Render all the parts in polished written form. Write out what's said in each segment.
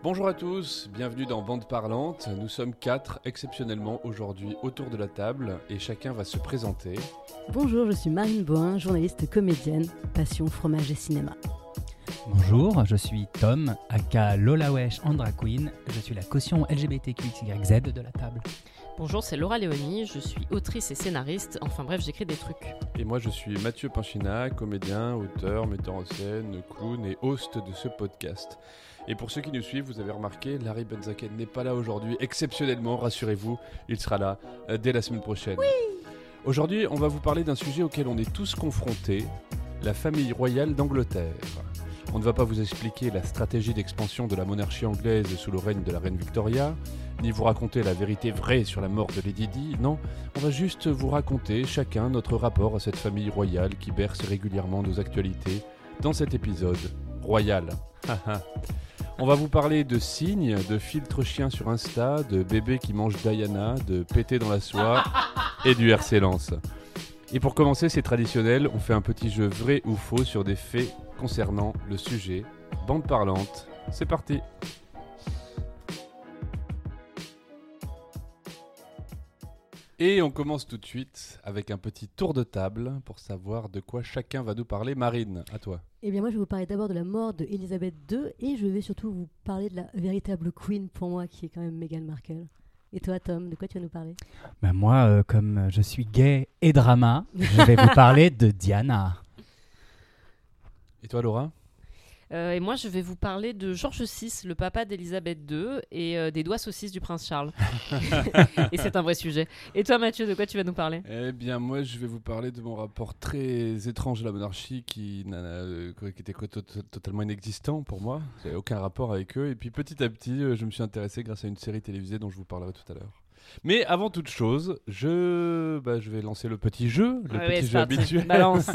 Bonjour à tous, bienvenue dans Bande Parlante. Nous sommes 4 exceptionnellement aujourd'hui autour de la table et chacun va se présenter. Bonjour, je suis Marine Bohin, journaliste comédienne, passion fromage et cinéma. Bonjour, je suis Tom, aka Lola Wesh and Drag Queen. Je suis la caution LGBTQXYZ de la table. Bonjour, c'est Laura Léonie, je suis autrice et scénariste, enfin bref, j'écris des trucs. Et moi je suis Mathieu Pinchina, comédien, auteur, metteur en scène, clown et host de ce podcast. Et pour ceux qui nous suivent, vous avez remarqué, Larry Benzaken n'est pas là aujourd'hui, exceptionnellement, rassurez-vous, il sera là dès la semaine prochaine. Oui. Aujourd'hui, on va vous parler d'un sujet auquel on est tous confrontés, la famille royale d'Angleterre. On ne va pas vous expliquer la stratégie d'expansion de la monarchie anglaise sous le règne de la reine Victoria, ni vous raconter la vérité vraie sur la mort de Lady Di, non, on va juste vous raconter chacun notre rapport à cette famille royale qui berce régulièrement nos actualités dans cet épisode royal. On va vous parler de signes, de filtres chiens sur Insta, de bébés qui mangent Diana, de péter dans la soie et du RC Lance. Et pour commencer, c'est traditionnel, on fait un petit jeu vrai ou faux sur des faits concernant le sujet. Bande parlante, c'est parti. Et on commence tout de suite avec un petit tour de table pour savoir de quoi chacun va nous parler. Marine, à toi. Eh bien moi je vais vous parler d'abord de la mort de Elisabeth II et je vais surtout vous parler de la véritable queen pour moi qui est quand même Meghan Markle. Et toi Tom, de quoi tu vas nous parler ? Moi, comme je suis gay et drama, je vais vous parler de Diana. Et toi Laura ? Et moi, je vais vous parler de George VI, le papa d'Elisabeth II, et des doigts saucisses du prince Charles. Et c'est un vrai sujet. Et toi Mathieu, de quoi tu vas nous parler ? Eh bien moi je vais vous parler de mon rapport très étrange à la monarchie qui était totalement inexistant pour moi. J'avais aucun rapport avec eux. Et puis petit à petit, je me suis intéressé grâce à une série télévisée dont je vous parlerai tout à l'heure. Mais avant toute chose, je vais lancer le petit jeu, petit jeu habituel. Balance.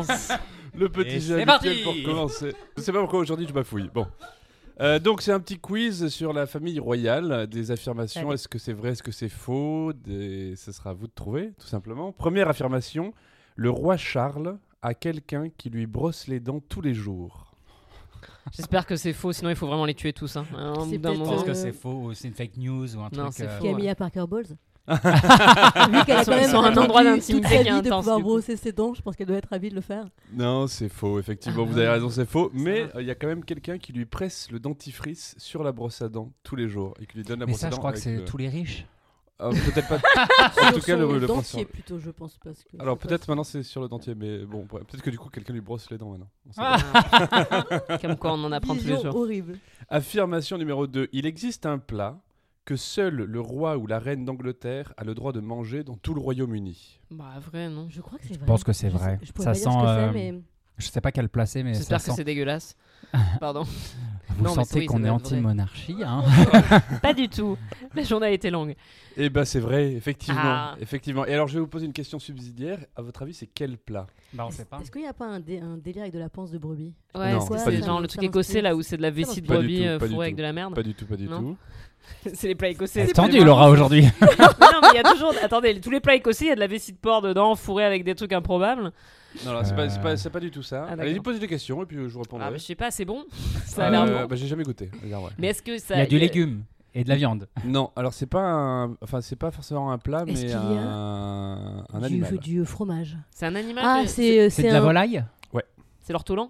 Le petit jeu habituel parti pour commencer. Je sais pas pourquoi aujourd'hui je bafouille. Bon. Donc c'est un petit quiz sur la famille royale, des affirmations. Allez. Est-ce que c'est vrai, est-ce que c'est faux ? Ce sera à vous de trouver, tout simplement. Première affirmation, le roi Charles a quelqu'un qui lui brosse les dents tous les jours. J'espère que c'est faux, sinon il faut vraiment les tuer tous. Hein. À un C'est bout d'un peut-être, moment. Je pense que c'est faux ou c'est une fake news ou un Non, truc. c'est faux. Camilla Parker Bowles. Vu qu'elle a quand même Sur un endroit attendu d'intimité toute sa qui est vie de intense, pouvoir du coup. brosser ses dents, je pense qu'elle doit être ravie de le faire. Non, c'est faux, effectivement, vous avez raison, c'est faux. Mais il y a quand même quelqu'un qui lui presse le dentifrice sur la brosse à dents tous les jours et qui lui donne la Mais brosse à ça, dents. je crois que avec c'est le- tous les riches. Peut-être pas. En tout cas, Sur le prince dentier Charles. plutôt, je pense. Parce que Alors c'est peut-être pas- maintenant c'est sur le dentier, mais bon, peut-être que du coup quelqu'un lui brosse les dents maintenant. On sait pas. Comme quoi on en apprend tous les Vision jours. horrible. Affirmation numéro 2. Il existe un plat que seul le roi ou la reine d'Angleterre a le droit de manger dans tout le Royaume-Uni. Bah vrai, non. Je crois que c'est Je vrai. pense que c'est Je vrai. sais- Je pourrais Ça pas dire ce sent, que c'est, mais... Je sais pas quel placer, mais ça J'espère que sent. c'est dégueulasse. Pardon. Vous Non, mais sentez oui, qu'on ça est doit être vrai. anti-monarchie, hein. Pas du tout. La journée a été longue. Eh ben c'est vrai, effectivement, Ah. effectivement. Et alors je vais vous poser une question subsidiaire. À votre avis, c'est quel plat ? Bah, on sait pas. Est-ce qu'il n'y a pas un délire avec de la panse de brebis ? Ouais, Non, c'est pas ça, du c'est genre tout. le truc Ça écossais m'inspire. là où c'est de la vessie de Pas du brebis tout, pas du fourrée avec tout. de la merde. Pas du tout, pas du Non. tout. C'est les plats écossais. C'est c'est tendu, pas du- Laura, aujourd'hui. Non, mais il y a toujours. Attendez, tous les plats écossais, il y a de la vessie de porc dedans, fourrée avec des trucs improbables. Non, non, c'est pas du tout ça. Ah, d'accord. Allez-y, posez des questions et puis je vous Ah, répondrai. mais je sais pas, c'est bon. Ça a l'air bon. J'ai jamais goûté. Regarde, ouais. Mais est-ce que ça. Il y a du légume et de la viande. Non, alors c'est pas forcément un plat, Est-ce mais qu'il y a un animal. Du fromage. C'est un animal. Ah, que- C'est de la volaille. C'est l'ortolan.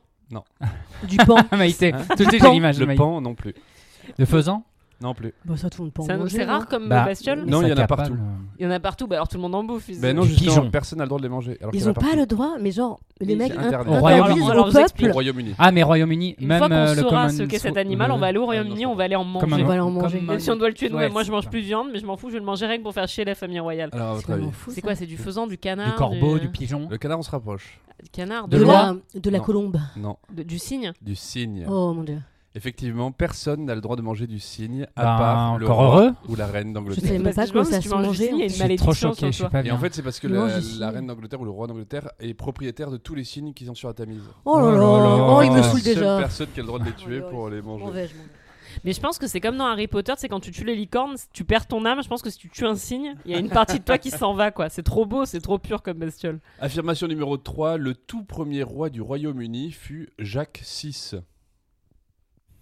du pan. Maïté. Hein Tout de suite, pan. j'ai l'image. Le Maïté. pan non plus. De faisan. Non plus. Bah, ça, tout le monde peut en C'est manger, c'est non rare comme Bah, bestiole. Non, il y en a capable, partout. Il y en a partout, bah alors tout le monde en bouffe. Ben non, Du justement, pigeon. personne n'a le droit de les manger. Alors qu'il y Ils en a ont pas partout. le droit, mais genre, les Oui, mecs c'est interdit. Au Royaume-Uni. interdisent Alors, au je vous explique. Au peuple. Royaume-Uni. Ah, mais Royaume-Uni, Une même fois qu'on le saura common ce qu'est cet animal, on va aller au Royaume-Uni, non, on va aller en manger. Common- On va aller en manger. common- Même si on doit le tuer Ouais, nous-mêmes, moi je c'est mange ça. plus de viande, mais je m'en fous, je vais le manger rien que pour faire chier la famille royale. Alors, à C'est votre vraiment avis. fou, C'est ça. quoi, c'est du faisan, du canard, Du corbeau, du pigeon. Le canard, on se rapproche. du canard, De De l'oie. de la Non. colombe. Non, du cygne. du cygne. Oh mon dieu. Effectivement, personne n'a le droit de manger du cygne à Bah, part le encore roi heureux. ou la reine Je d'Angleterre. savais même Parce pas que je que pense ça que tu se manges du mangeait. cygne, il y a Je une suis malédiction trop sur choqué, je suis toi. pas Et bien. en fait, c'est parce que Il mange du cygne. la reine d'Angleterre ou le roi d'Angleterre est propriétaire de tous les cygnes qui sont sur la Tamise. Oh là Oh là. là là. Oh, il me C'est saoule la seule déjà. personne qui a le droit de les tuer Oh, pour les Je m'en manger. vais, je m'en vais. Mais je pense que c'est comme dans Harry Potter, c'est quand tu tues les licornes, tu perds ton âme. Je pense que si tu tues un cygne, il y a une partie de toi qui s'en va, quoi. C'est trop beau, c'est trop pur comme bestiole. Affirmation numéro 3, le tout premier roi du Royaume-Uni fut Jacques VI.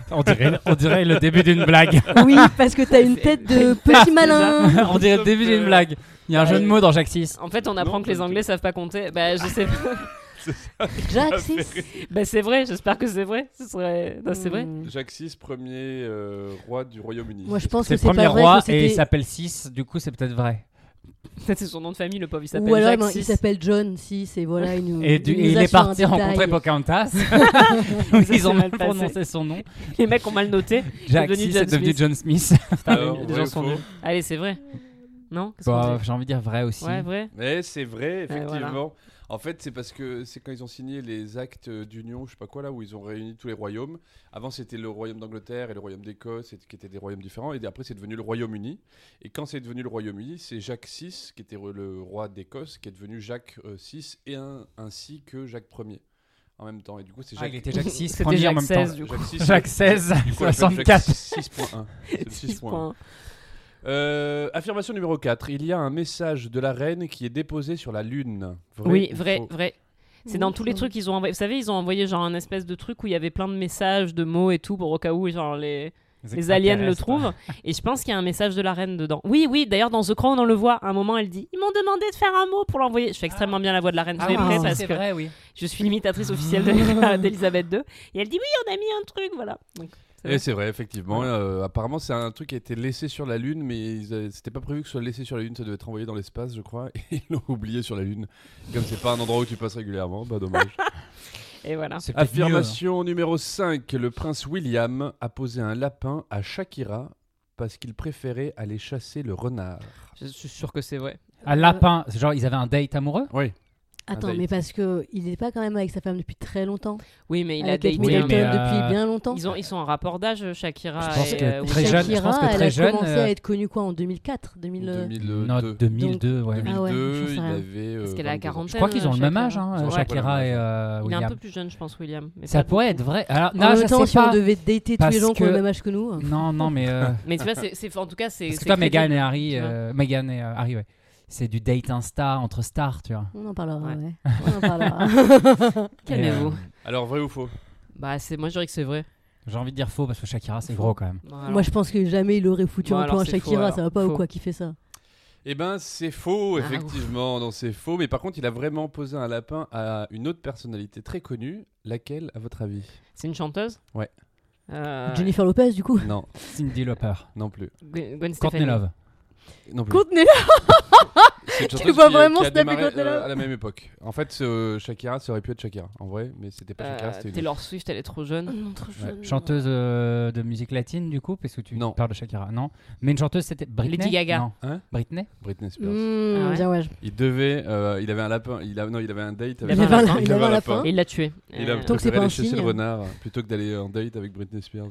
On dirait le début d'une blague. Oui, parce que t'as une tête de petit malin. On dirait le début d'une blague. Il y a un jeu de mots dans Jacques 6. En fait, on apprend Non, que les pas du Anglais savent pas compter. Bah, je sais pas. Jacques 6. Bah, c'est vrai, j'espère que c'est vrai. Ce serait... Non, c'est vrai. Jacques VI, premier roi du Royaume-Uni. Moi, je pense C'est que le c'est premier pas vrai roi que et il c'était... s'appelle 6, du coup c'est peut-être vrai. Peut-être c'est son nom de famille, le pauvre. Il s'appelle Ou alors Jacques non, VI. il s'appelle John 6 et voilà, il nous Et il est parti rencontrer Pocahontas. Ils ont mal mal passé. prononcé son nom. Les mecs ont mal noté. Jacques devenu 6 John est devenu Smith. John Smith. Alors, Les vrai gens ou sont faux nuls. Allez, c'est vrai. Non Qu'est-ce qu'on Bah, dit j'ai envie de dire vrai aussi. Ouais, vrai. Mais c'est vrai, effectivement. voilà. En fait, c'est parce que c'est quand ils ont signé les actes d'union, je sais pas quoi là, où ils ont réuni tous les royaumes. Avant, c'était le royaume d'Angleterre et le royaume d'Écosse, qui étaient des royaumes différents. Et après, c'est devenu le Royaume-Uni. Et quand c'est devenu le Royaume-Uni, c'est Jacques VI, qui était le roi d'Écosse, qui est devenu Jacques VI, et ainsi que Jacques Ier en même temps. Et du coup, c'est Ah, Jacques. il était Jacques 6, C'était premier en Jacques même temps. 16, du coup. VI, Jacques 16, du coup, on l'appelle 64. Jacques 6.1. C'est le 6 6.1. points. Affirmation numéro 4. Il y a un message de la reine qui est déposé sur la lune. Vrai Oui, ou vrai, faux vrai. C'est dans tous les trucs qu'ils ont envoyé. Vous savez, ils ont envoyé genre un espèce de truc où il y avait plein de messages, de mots et tout pour au cas où genre les aliens le trouvent. Et je pense qu'il y a un message de la reine dedans. Oui, oui. D'ailleurs, dans The Crown, on le voit. À un moment, elle dit: ils m'ont demandé de faire un mot pour l'envoyer. Je fais extrêmement bien la voix de la reine. Je l'ai Ah, pris oui, parce c'est que vrai, oui. je suis l'imitatrice officielle d'Elisabeth II. Et elle dit: oui, on a mis un truc, voilà. Donc, c'est Et vrai. c'est vrai, effectivement. Apparemment, c'est un truc qui a été laissé sur la Lune, mais c'était pas prévu que ce soit laissé sur la Lune. Ça devait être envoyé dans l'espace, je crois. Et ils l'ont oublié sur la Lune. Comme c'est pas un endroit où tu passes régulièrement, bah dommage. Et voilà. C'est peut-être mieux, hein. Affirmation numéro 5. Le prince William a posé un lapin à Shakira parce qu'il préférait aller chasser le renard. Je suis sûr que c'est vrai. Un lapin, c'est genre ils avaient un date amoureux. Oui. Attends, date. mais parce que il n'est pas quand même avec sa femme depuis très longtemps. Oui, mais il a Avec Kate daté. Oui, Middleton mais, depuis bien longtemps. Ils sont en rapport d'âge, Shakira. Je pense et, que William. très jeune, je Shakira, pense que elle très a jeune, commencé à être connue quoi en 2004, 2000. 2002. 2002, ouais. 2002, Ah ouais, j'en sais il rien. avait. Parce qu'elle a 22 ans. quarantaine. Je crois qu'ils ont le même Shakira. âge, hein, Ils ont Shakira et Il est un William. peu plus jeune, je pense, William. Mais Ça pas pourrait beaucoup. être vrai. Alors, En non, même je temps, sais si on pas. devait dater tous parce les gens qui ont le que- même âge que nous. Non, mais Mais tu vois, en tout cas, c'est. parce que c'est toi, crédible, Meghan et Harry, tu vois. Meghan et Harry, ouais. C'est du date Insta entre stars, tu vois. On en parlera, Ouais. ouais. On en parlera. Calmez-vous. Alors, vrai ou faux? Bah, moi, je dirais que c'est vrai. J'ai envie de dire faux parce que Shakira, c'est gros quand même. Bon, alors. Moi, je pense que jamais il aurait foutu Bon, un alors, plan à c'est faux, Shakira, alors. ça va pas Faux. ou quoi qui fait ça? Eh ben, c'est faux, Ah, effectivement. Non, c'est faux. Mais par contre, il a vraiment posé un lapin à une autre personnalité très connue. Laquelle, à votre avis? C'est une chanteuse. Ouais. Jennifer Lopez, du coup. Non, Cyndi Lauper. non plus. Gwen Courtney Stefani. Love. Non plus. Courtney C'est une Tu chanteuse vois qui- vraiment qui a snapper démarré, Courtney Love à la même époque. En fait, Shakira, ça aurait pu être Shakira, en vrai, mais c'était pas Shakira, c'était une autre. Taylor Swift, elle est trop jeune. Non, trop jeune. Chanteuse de musique latine, du coup, parce que tu Non. parles de Shakira. Non. Mais une chanteuse, c'était Britney. Lady Gaga. Non. Hein Britney. Britney Spears. Ah ouais. Bien, ouais. Il devait, il avait un lapin, non, il avait un date Il avec avait un il lapin. avait Il avait un lapin. Et il l'a tué. Il a Tant que c'est préféré pas aller un chasser signe. le renard plutôt que d'aller en date avec Britney Spears.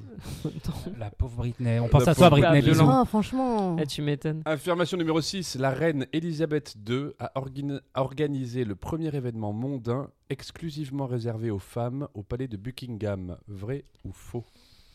La pauvre Britney. On pense La à toi, pauvre Britney. Britney. Bisous. Ah, franchement. Ah, tu m'étonnes. Affirmation numéro 6. La reine Elisabeth II a organisé le premier événement mondain exclusivement réservé aux femmes au palais de Buckingham. Vrai ou faux?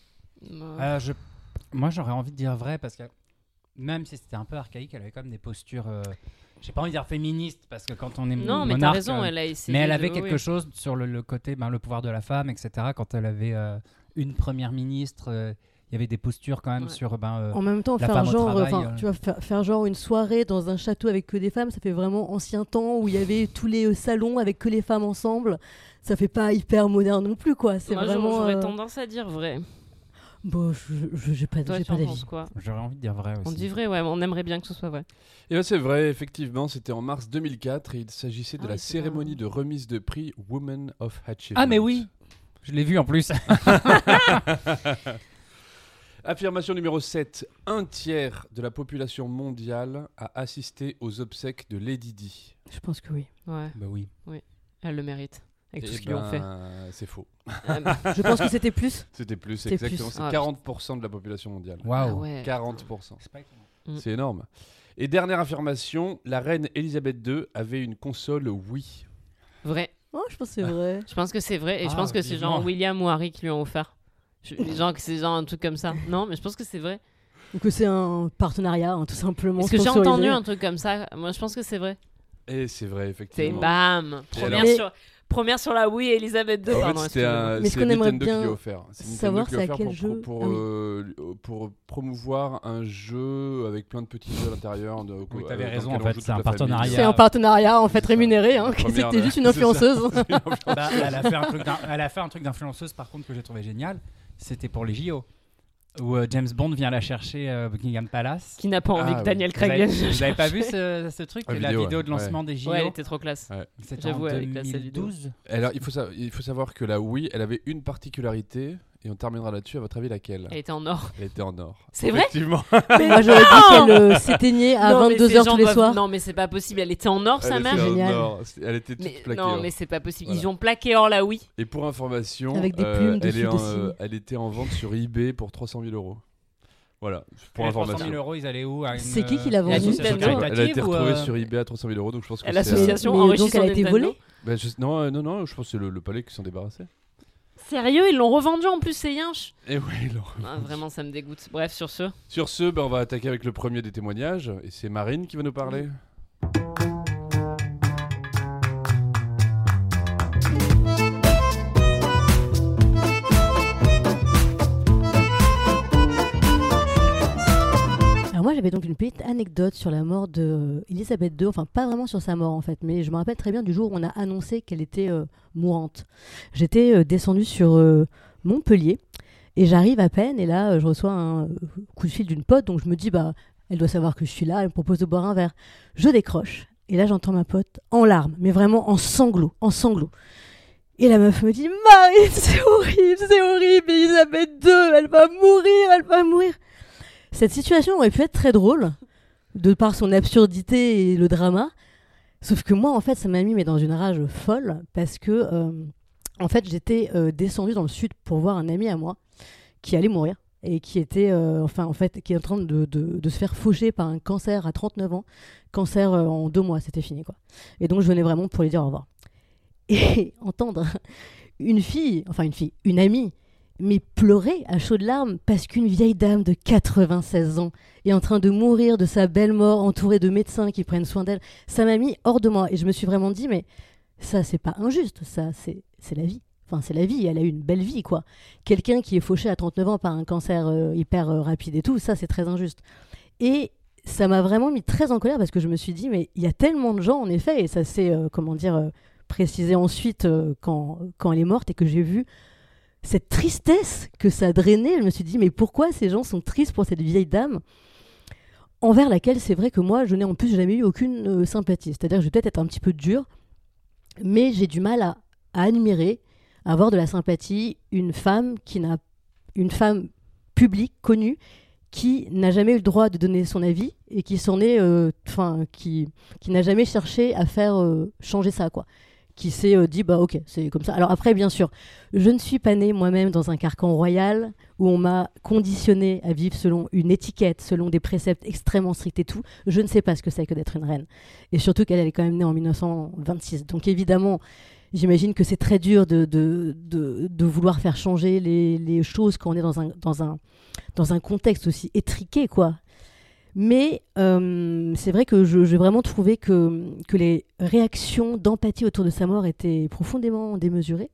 Moi, j'aurais envie de dire vrai parce que même si c'était un peu archaïque, elle avait quand même des postures. J'ai pas envie de dire féministes parce que quand on est Non, mais t'as monarque, raison, elle a essayé. mais elle de- avait oui, quelque oui. chose sur le côté, le pouvoir de la femme, etc. Quand elle avait une première ministre, il y avait des postures quand même Ouais. sur. En même temps, La faire femme au genre, travail, tu vois, faire genre une soirée dans un château avec que des femmes, ça fait vraiment ancien temps où il y avait tous les salons avec que les femmes ensemble. Ça fait pas hyper moderne non plus, quoi. C'est Moi, vraiment. j'aurais tendance à dire vrai. Bon, j'ai pas, Toi, j'ai tu pas en d'avis. penses quoi? J'aurais envie de dire vrai aussi. On dit vrai, ouais, mais on aimerait bien que ce soit vrai. Et bien c'est vrai, effectivement, c'était en mars 2004 et il s'agissait de Ah la oui, c'est cérémonie vrai. de remise de prix Women of Achievement. Ah, mais oui, je l'ai vu en plus. Affirmation numéro 7. Un tiers de la population mondiale a assisté aux obsèques de Lady Di. Je pense que oui. Ouais, Bah oui. elle le mérite. Avec tout Eh ce qu'ils lui ont fait. C'est faux. Je pense que c'était plus. C'était plus, C'est exactement. plus. C'est Ah, 40% de la population mondiale. Waouh. Ah ouais. 40%. C'est pas étonnant. Mm. C'est énorme. Et dernière affirmation, la reine Elisabeth II avait une console Wii. Vrai. Oh, je pense que c'est vrai. Je pense que c'est vrai. Et je Ah, pense que c'est genre vivement. William ou Harry qui lui ont offert. Genre que c'est genre un truc comme ça. Non, mais je pense que c'est vrai. Donc c'est un partenariat, hein, tout simplement. Parce que j'ai sponsorisé. entendu un truc comme ça. Moi, je pense que c'est vrai. Et c'est vrai, C'est effectivement. bam. Et Première alors sur... Première sur la Wii et Elisabeth II. En Pardon, fait, c'est Mais ce qu'on aimerait Nintendo qui lui bien a offert. C'est savoir, Nintendo qui lui a c'est à offert quel jeu. pour promouvoir un jeu avec plein de petits jeux à l'intérieur. Oui, t'avais dans raison, lequel en on fait, joue c'est toute un la partenariat. famille. C'est un partenariat en fait C'est ça. rémunéré, hein, Première, c'était juste une c'est ça. influenceuse. Bah, elle a fait un truc d'influenceuse par contre que j'ai trouvé génial. C'était pour les JO. Où James Bond vient la chercher à Buckingham Palace. Qui n'a pas envie que oui. Daniel Vous Craig avez, vienne. vous avez pas vu ce truc La la vidéo, vidéo ouais. de lancement des JO. Ouais, elle était trop classe. C'était J'avoue, en elle est classe, cette vidéo. 2012. Alors, il faut savoir que la Wii, elle avait une particularité, et on terminera là-dessus. À votre avis, laquelle? Elle était en or. Elle était en or. C'est vrai? Effectivement. Mais moi j'aurais dit qu'elle s'éteignait à Non, mais ces 22h gens tous les doivent- soirs. Non, mais c'est pas possible. Elle était en or, sa Elle mère. était en Génial. or. Elle était toute Mais plaquée. non, or. mais c'est pas possible. Voilà. Ils ont plaqué or la Wii. Et pour information, Avec des plumes dessus aussi. elle était en vente sur eBay pour 300 000 €. Voilà, pour Les 300 information. 000 €, ils allaient où à une, C'est qui l'a vendu? association Nintendo. Elle a été caritative ou, retrouvée sur eBay à 300 000 €, donc je pense que Elle c'est... association Mais enrichie donc elle a son été Nintendo. volée. Non, je pense que c'est le palais qui s'en débarrassait. Sérieux, ils l'ont revendu en plus, ces yinches. Et oui, Laurent. Ah, vraiment, ça me dégoûte. Bref, sur ce. Sur ce, on va attaquer avec le premier des témoignages, et c'est Marine qui va nous parler. Alors moi j'avais donc une petite anecdote sur la mort de Elisabeth II, enfin pas vraiment sur sa mort en fait, mais je me rappelle très bien du jour où on a annoncé qu'elle était mourante. J'étais descendue sur Montpellier et j'arrive à peine et là je reçois un coup de fil d'une pote, donc je me dis bah elle doit savoir que je suis là, elle me propose de boire un verre. Je décroche et là j'entends ma pote en larmes, mais vraiment en sanglots, en sanglots. Et la meuf me dit Marie, c'est horrible, Elisabeth II, elle va mourir. Cette situation aurait pu être très drôle, de par son absurdité et le drama. Sauf que moi, en fait, ça m'a mis dans une rage folle parce que, en fait, j'étais descendue dans le sud pour voir un ami à moi qui allait mourir et qui était, qui est en train de se faire faucher par un cancer à 39 ans. Cancer en 2 mois, c'était fini, quoi. Et donc, je venais vraiment pour lui dire au revoir. Et entendre une amie, mais pleurer à chaudes larmes parce qu'une vieille dame de 96 ans est en train de mourir de sa belle mort, entourée de médecins qui prennent soin d'elle, ça m'a mis hors de moi. Et je me suis vraiment dit, mais ça, c'est pas injuste, ça, c'est la vie. Enfin, c'est la vie, elle a eu une belle vie, quoi. Quelqu'un qui est fauché à 39 ans par un cancer hyper rapide et tout, ça, c'est très injuste. Et ça m'a vraiment mis très en colère parce que je me suis dit, mais il y a tellement de gens, en effet, et ça s'est, précisé ensuite quand elle est morte et que j'ai vu cette tristesse que ça drainait. Je me suis dit, mais pourquoi ces gens sont tristes pour cette vieille dame envers laquelle c'est vrai que moi, je n'ai en plus jamais eu aucune sympathie. C'est-à-dire que je vais peut-être être un petit peu dure, mais j'ai du mal à admirer, à avoir de la sympathie, une femme publique, connue, qui n'a jamais eu le droit de donner son avis et qui s'en est, qui n'a jamais cherché à faire changer ça, quoi. Qui s'est dit, bah ok, c'est comme ça. Alors après, bien sûr, je ne suis pas née moi-même dans un carcan royal où on m'a conditionné à vivre selon une étiquette, selon des préceptes extrêmement stricts et tout. Je ne sais pas ce que c'est que d'être une reine. Et surtout qu'elle est quand même née en 1926. Donc évidemment, j'imagine que c'est très dur de vouloir faire changer les choses quand on est dans un contexte aussi étriqué, quoi. Mais c'est vrai que j'ai vraiment trouvé que les réactions d'empathie autour de sa mort étaient profondément démesurées.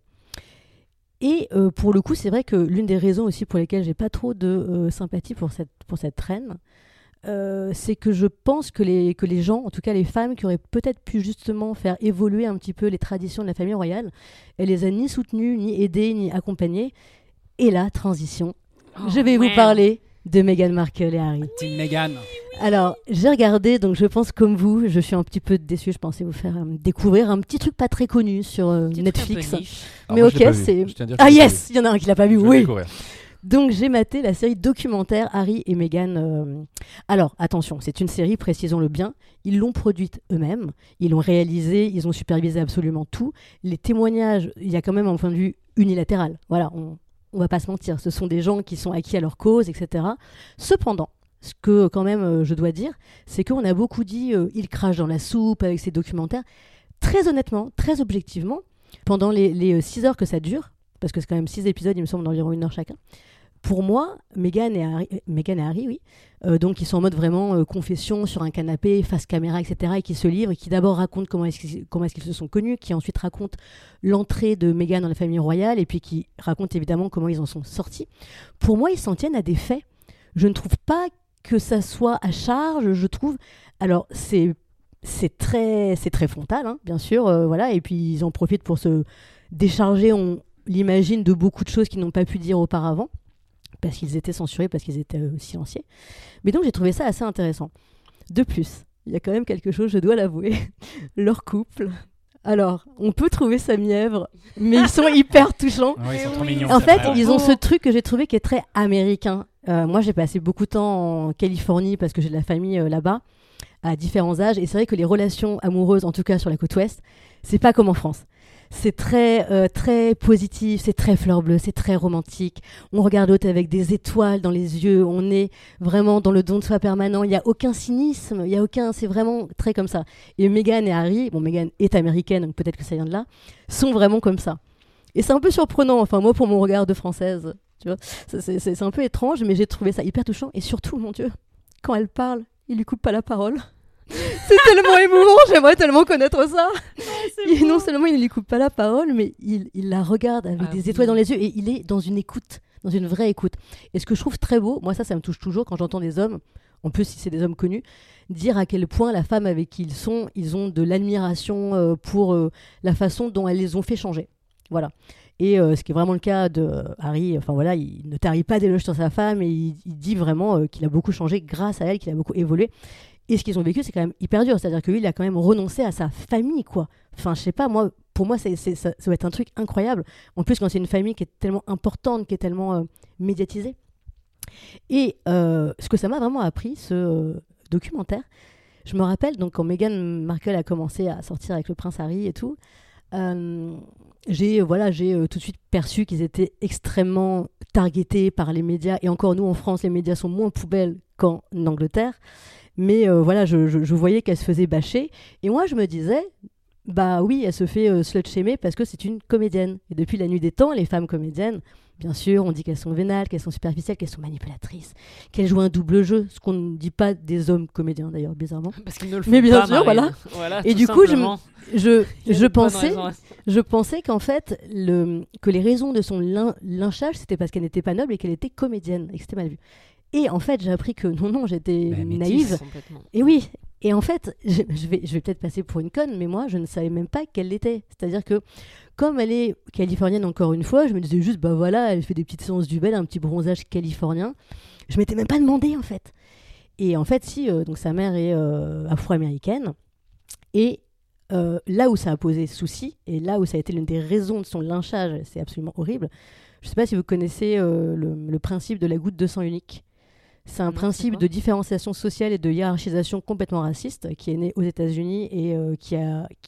Et pour le coup, c'est vrai que l'une des raisons aussi pour lesquelles j'ai pas trop de sympathie pour cette reine, c'est que je pense que les gens, en tout cas les femmes qui auraient peut-être pu justement faire évoluer un petit peu les traditions de la famille royale, elle les a ni soutenues, ni aidées, ni accompagnées. Et là, transition, je vais vous parler de Meghan Markle et Harry. Team Meghan. Alors, j'ai regardé, donc je pense comme vous, je suis un petit peu déçue, je pensais vous faire découvrir un petit truc pas très connu sur Netflix. Mais Alors, ok, moi, je l'ai pas vu. c'est... Je tiens à dire que Ah je l'ai pas yes, il y en a un qui l'a pas vu, vu. Je vais oui. découvrir. Donc j'ai maté la série documentaire Harry et Meghan. Alors attention, c'est une série, précisons-le bien, ils l'ont produite eux-mêmes, ils l'ont réalisée, ils ont supervisé absolument tout. Les témoignages, il y a quand même un point de vue unilatéral. Voilà, on va pas se mentir, ce sont des gens qui sont acquis à leur cause, etc. Cependant, ce que quand même je dois dire, c'est qu'on a beaucoup dit il crache dans la soupe avec ces documentaires. Très honnêtement, très objectivement, pendant les 6 heures que ça dure, parce que c'est quand même 6 épisodes, il me semble, d'environ 1 heure chacun, pour moi, Meghan et Harry, oui, donc ils sont en mode vraiment confession sur un canapé, face caméra, etc., et qui se livrent, et qui d'abord racontent comment est-ce qu'ils se sont connus, qui ensuite racontent l'entrée de Meghan dans la famille royale, et puis qui racontent évidemment comment ils en sont sortis. Pour moi, ils s'en tiennent à des faits. Je ne trouve pas que ça soit à charge, je trouve... Alors, c'est très frontal, hein, bien sûr, voilà, et puis ils en profitent pour se décharger, on l'imagine, de beaucoup de choses qu'ils n'ont pas pu dire auparavant, parce qu'ils étaient censurés, parce qu'ils étaient silenciés. Mais donc j'ai trouvé ça assez intéressant. De plus, il y a quand même quelque chose, je dois l'avouer, leur couple. Alors, on peut trouver ça mièvre, mais ils sont hyper touchants. Ouais, ils sont trop mignons. En fait, ils ont ce truc que j'ai trouvé qui est très américain. Moi, j'ai passé beaucoup de temps en Californie parce que j'ai de la famille là-bas, à différents âges. Et c'est vrai que les relations amoureuses, en tout cas sur la côte ouest, c'est pas comme en France. C'est très positif, c'est très fleur bleue, c'est très romantique. On regarde l'autre avec des étoiles dans les yeux, on est vraiment dans le don de soi permanent. Il n'y a aucun cynisme, c'est vraiment très comme ça. Et Meghan et Harry, bon, Meghan est américaine, donc peut-être que ça vient de là, sont vraiment comme ça. Et c'est un peu surprenant, enfin moi pour mon regard de française, tu vois, c'est un peu étrange, mais j'ai trouvé ça hyper touchant. Et surtout, mon Dieu, quand elle parle, il lui coupe pas la parole. C'est tellement émouvant, j'aimerais tellement connaître ça. Non seulement il ne lui coupe pas la parole, mais il la regarde avec des étoiles dans les yeux, et il est dans une écoute, dans une vraie écoute. Et ce que je trouve très beau, moi ça me touche toujours quand j'entends des hommes, en plus si c'est des hommes connus, dire à quel point la femme avec qui ils ont de l'admiration pour la façon dont elles les ont fait changer. Voilà. Et ce qui est vraiment le cas de Harry, enfin voilà, il ne tarit pas d'éloges sur sa femme, et il dit vraiment qu'il a beaucoup changé grâce à elle, qu'il a beaucoup évolué. Et ce qu'ils ont vécu, c'est quand même hyper dur. C'est-à-dire que lui, il a quand même renoncé à sa famille, quoi. Enfin, je sais pas, moi, pour moi, ça va être un truc incroyable. En plus, quand c'est une famille qui est tellement importante, qui est tellement médiatisée. Et ce que ça m'a vraiment appris, ce documentaire, je me rappelle, donc quand Meghan Markle a commencé à sortir avec le prince Harry et tout, j'ai tout de suite perçu qu'ils étaient extrêmement targetés par les médias. Et encore, nous, en France, les médias sont moins poubelles qu'en Angleterre. Mais je voyais qu'elle se faisait bâcher. Et moi, je me disais, bah oui, elle se fait slut-shamer parce que c'est une comédienne. Et depuis la nuit des temps, les femmes comédiennes, bien sûr, on dit qu'elles sont vénales, qu'elles sont superficielles, qu'elles sont manipulatrices, qu'elles jouent un double jeu. Ce qu'on ne dit pas des hommes comédiens, d'ailleurs, bizarrement. Parce qu'ils ne le font mais bien pas, sûr, Marine. voilà. Et du coup, je pensais qu'en fait, que les raisons de son lynchage, c'était parce qu'elle n'était pas noble et qu'elle était comédienne, et que c'était mal vu. Et en fait, j'ai appris que non, j'étais naïve. Et oui, et en fait, je vais peut-être passer pour une conne, mais moi, je ne savais même pas qu'elle l'était. C'est-à-dire que, comme elle est californienne encore une fois, je me disais juste, bah voilà, elle fait des petites séances du bel, un petit bronzage californien. Je m'étais même pas demandé, en fait. Et en fait, donc sa mère est afro-américaine. Et là où ça a posé souci, et là où ça a été l'une des raisons de son lynchage, c'est absolument horrible. Je ne sais pas si vous connaissez le principe de la goutte de sang unique. C'est un principe de différenciation sociale et de hiérarchisation complètement raciste qui est né aux États-Unis et qui